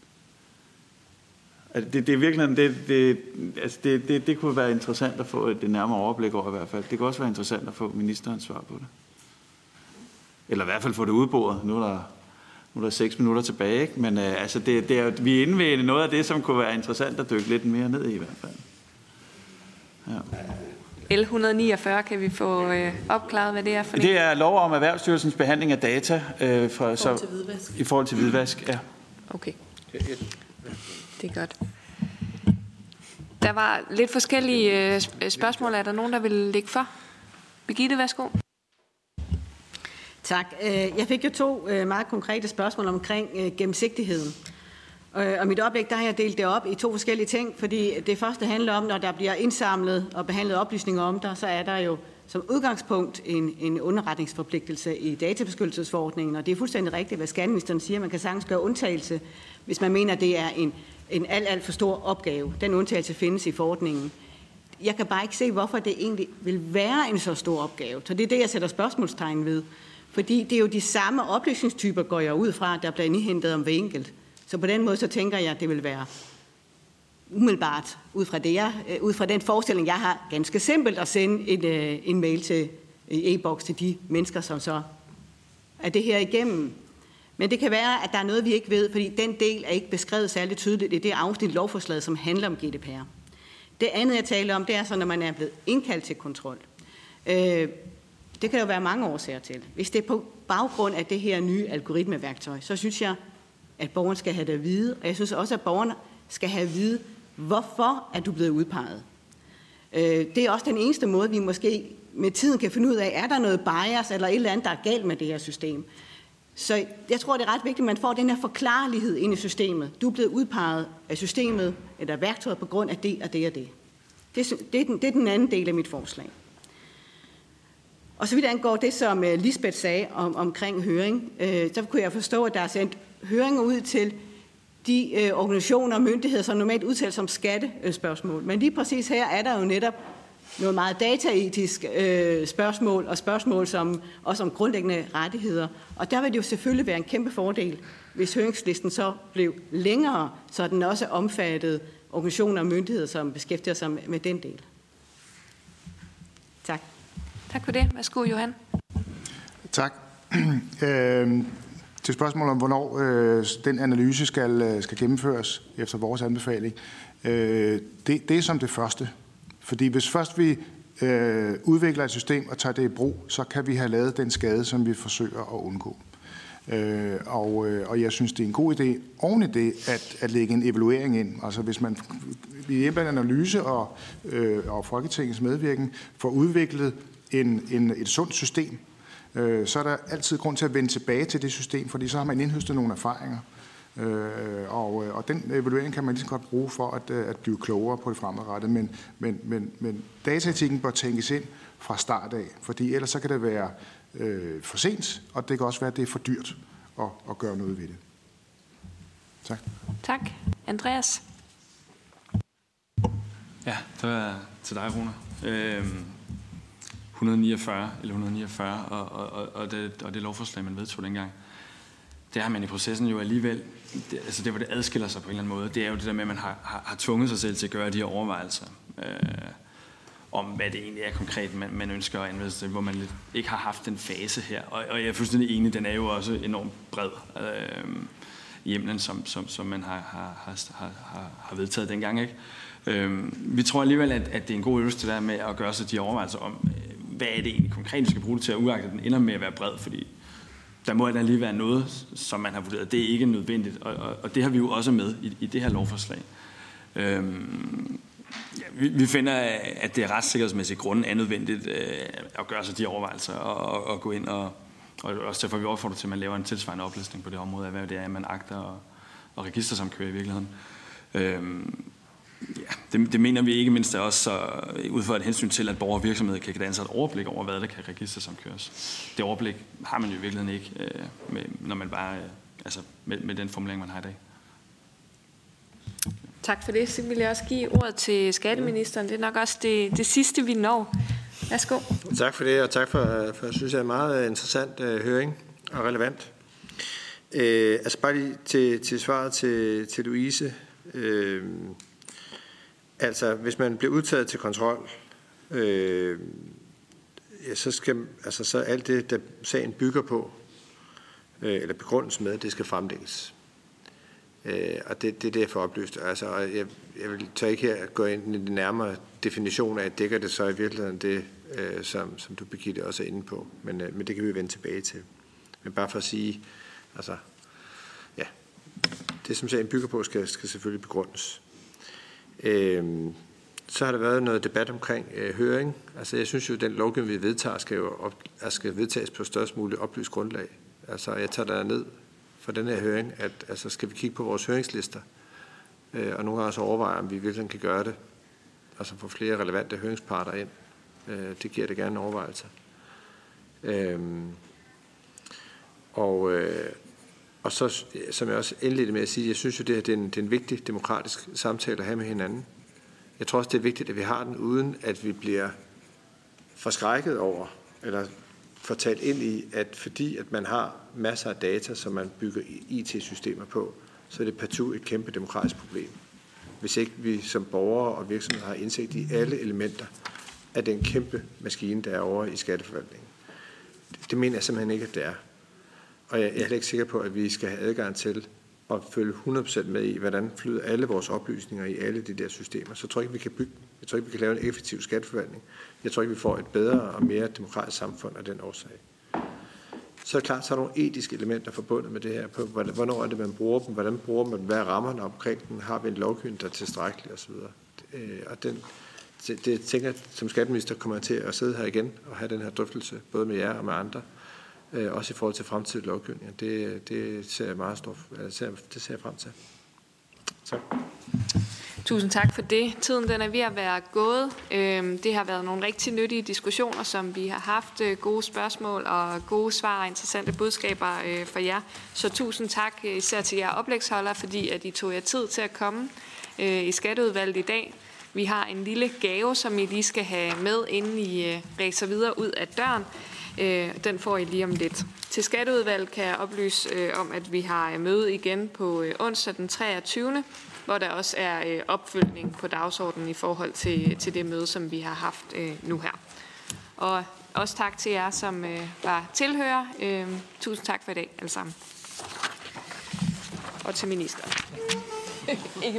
Altså, det, det er virkelig, det, det, altså det, det, det kunne være interessant at få et nærmere overblik over i hvert fald. Det kunne også være interessant at få ministerens svar på det. Eller i hvert fald få det udboret. Nu er der, nu er der seks minutter tilbage, ikke? Men uh, altså det, det er, vi er inde ved noget af det, som kunne være interessant at dykke lidt mere ned i i hvert fald. Ja. L et hundrede niogfyrre, kan vi få øh, opklaret, hvad det er for det? Det er lov om Erhvervsstyrelsens behandling af data øh, fra, I forhold til hvidvask. I forhold til hvidvask, ja. Okay. Det er godt. Der var lidt forskellige øh, spørgsmål. Er der nogen, der vil lægge for? Birgitte, værsgo. Tak. Jeg fik jo to meget konkrete spørgsmål omkring gennemsigtigheden. Og mit oplæg, der har jeg delt det op i to forskellige ting, fordi det første handler om, når der bliver indsamlet og behandlet oplysninger om der, så er der jo som udgangspunkt en, en underretningsforpligtelse i databeskyttelsesforordningen, og det er fuldstændig rigtigt, hvad skatteministeren siger. Man kan sagtens gøre undtagelse, hvis man mener, det er en, en alt, alt for stor opgave. Den undtagelse findes i forordningen. Jeg kan bare ikke se, hvorfor det egentlig vil være en så stor opgave. Så det er det, jeg sætter spørgsmålstegn ved. Fordi det er jo de samme oplysningstyper, går jeg ud fra, der bliver indhentet om hver enkelt. Så på den måde, så tænker jeg, at det vil være umiddelbart, ud fra, det jeg, ud fra den forestilling, jeg har, ganske simpelt at sende en, en mail til e-boks til de mennesker, som så er det her igennem. Men det kan være, at der er noget, vi ikke ved, fordi den del er ikke beskrevet særligt tydeligt i det afsnit lovforslaget, som handler om G D P R. Det andet, jeg taler om, det er så, når man er blevet indkaldt til kontrol. Øh, det kan jo være mange årsager til. Hvis det er på baggrund af det her nye algoritmeværktøj, så synes jeg, at borgeren skal have det at vide, og jeg synes også, at borgerne skal have at vide, hvorfor er du blevet udpeget. Øh, det er også den eneste måde, vi måske med tiden kan finde ud af, er der noget bias eller et eller andet, der er galt med det her system. Så jeg tror, det er ret vigtigt, at man får den her forklarlighed ind i systemet. Du er blevet udpeget af systemet eller værktøjet på grund af det og det og det. Det, det, er, den, det er den anden del af mit forslag. Og så vidt angår det, som Lisbeth sagde om, omkring høring, øh, så kunne jeg forstå, at der er sendt høringer ud til de øh, organisationer og myndigheder, som normalt udtales som skattespørgsmål. Men lige præcis her er der jo netop noget meget dataetisk øh, spørgsmål, og spørgsmål som, også om grundlæggende rettigheder. Og der vil det jo selvfølgelig være en kæmpe fordel, hvis høringslisten så blev længere, så den også omfattede organisationer og myndigheder, som beskæftiger sig med den del. Tak. Tak for det. Værsgo, Johan. Tak. øh, til spørgsmålet om, hvornår øh, den analyse skal, skal gennemføres efter vores anbefaling. Øh, det, det er som det første. Fordi hvis først vi øh, udvikler et system og tager det i brug, så kan vi have lavet den skade, som vi forsøger at undgå. Øh, og, øh, og jeg synes, det er en god idé oven i det, at, at lægge en evaluering ind. Altså hvis man ved hjælp af en analyse og, øh, og Folketingets medvirken får udviklet en, en, et sundt system, øh, så er der altid grund til at vende tilbage til det system, fordi så har man indhøstet nogle erfaringer. Øh, og, og den evaluering kan man lige så godt bruge for at, at blive klogere på det fremadrettet, men, men, men, men dataetikken bør tænkes ind fra start af, fordi ellers så kan det være øh, for sent, og det kan også være, at det er for dyrt at, at gøre noget ved det. Tak. Tak. Andreas? Ja, det var til dig, Rune. Øhm, et hundrede niogfyrre eller et hundrede niogfyrre, og, og, og, det, og det lovforslag, man vedtog dengang, det har man i processen jo alligevel, det, altså det, hvor det adskiller sig på en eller anden måde, det er jo det der med, at man har, har, har tvunget sig selv til at gøre de her overvejelser øh, om, hvad det egentlig er konkret, man, man ønsker at anvende til, hvor man lidt ikke har haft den fase her. Og, og jeg er fuldstændig enig, den er jo også enormt bred øh, i hjemlen, som, som, som man har, har, har, har, har vedtaget dengang. Ikke? Øh, vi tror alligevel, at, at det er en god øvelse, det der med at gøre sig de overvejelser om, hvad er det egentlig konkret, vi skal bruge det til, at uagtet den ender med at være bred, fordi der må der lige være noget, som man har vurderet. Det er ikke nødvendigt, og, og, og det har vi jo også med i, i det her lovforslag. Øhm, ja, vi, vi finder, at det er retssikkerhedsmæssigt grund er nødvendigt øh, at gøre sig de overvejelser og, og, og gå ind, og, og også derfor vi opfordrer til, at man laver en tilsvarende oplistning på det område af, hvad det er, man agter og, og registersamkører i virkeligheden. Øhm, Ja, det, det mener vi ikke mindst også uh, ud fra et hensyn til, at borgere og virksomheder kan danne sig et overblik over, hvad der kan registersamkøres. Det overblik har man jo i virkeligheden ikke, uh, med, når man bare, uh, altså med, med den formulering, man har i dag. Tak for det. Så vil jeg også give ordet til skatteministeren. Det er nok også det, det sidste, vi når. Værsgo. Tak for det, og tak for, for synes jeg, en meget interessant uh, høring og relevant. Uh, altså bare lige til, til svaret til, til Louise. Uh, Altså, hvis man bliver udtaget til kontrol, øh, ja, så skal altså så alt det, der sagen bygger på, øh, eller begrundes med, det skal fremlægges. Øh, og det, det er det, jeg får oplyst. Altså, jeg, jeg vil så ikke her gå ind i den nærmere definition af, at dækker det så i virkeligheden det, øh, som, som du, Birgitte, også er inde på. Men, øh, men det kan vi vende tilbage til. Men bare for at sige, altså, ja, det som sagen bygger på, skal, skal selvfølgelig begrundes. Øhm, så har der været noget debat omkring øh, høring. Altså jeg synes jo, at den lovgivning, vi vedtager, skal jo op, skal vedtages på størst muligt oplyst grundlag. Altså jeg tager der ned for den her høring, at altså, skal vi kigge på vores høringslister, øh, og nogle gange også overveje, om vi virkelig kan gøre det, altså få flere relevante høringsparter ind. Øh, det giver det gerne en overvejelse. Øhm, og øh, Og så, som jeg også indledte med at sige, jeg synes jo, det, her, det, er en, det er en vigtig demokratisk samtale at have med hinanden. Jeg tror også, det er vigtigt, at vi har den, uden at vi bliver forskrækket over, eller får talt ind i, at fordi at man har masser af data, som man bygger I T-systemer på, så er det partout et kæmpe demokratisk problem. Hvis ikke vi som borgere og virksomheder har indsigt i alle elementer af den kæmpe maskine, der er over i skatteforvaltningen. Det mener jeg simpelthen ikke, at det er. Og jeg er heller ikke sikker på, at vi skal have adgang til at følge hundrede procent med i, hvordan flyder alle vores oplysninger i alle de der systemer. Så jeg tror ikke, vi kan bygge, jeg tror ikke, vi kan lave en effektiv skatteforvaltning. Jeg tror ikke, vi får et bedre og mere demokratisk samfund af den årsag. Så er det klart, så er der nogle etiske elementer forbundet med det her, på hvornår er det, man bruger dem, hvordan bruger man dem, hvad er rammerne omkring den, har vi en lovgivning, der er tilstrækkelig osv. Og den, det, det tænker jeg, som skatteminister kommer jeg til at sidde her igen og have den her drøftelse, både med jer og med andre, også i forhold til fremtidig lovgivning. Det, det ser jeg meget stort, det ser jeg frem til. Tak. Tusind tak for det. Tiden den er ved at være gået. Det har været nogle rigtig nyttige diskussioner, som vi har haft. Gode spørgsmål og gode svar og interessante budskaber for jer. Så tusind tak især til jer oplægsholdere, fordi at I tog jer tid til at komme i Skatteudvalget i dag. Vi har en lille gave, som I lige skal have med, inden I ræser videre ud af døren. Den får I lige om lidt. Til Skatteudvalget kan jeg oplyse om, at vi har møde igen på onsdag den treogtyvende hvor der også er opfølgning på dagsordenen i forhold til, til det møde, som vi har haft nu her. Og også tak til jer, som var tilhører. Tusind tak for i dag alle sammen. Og til ministeren.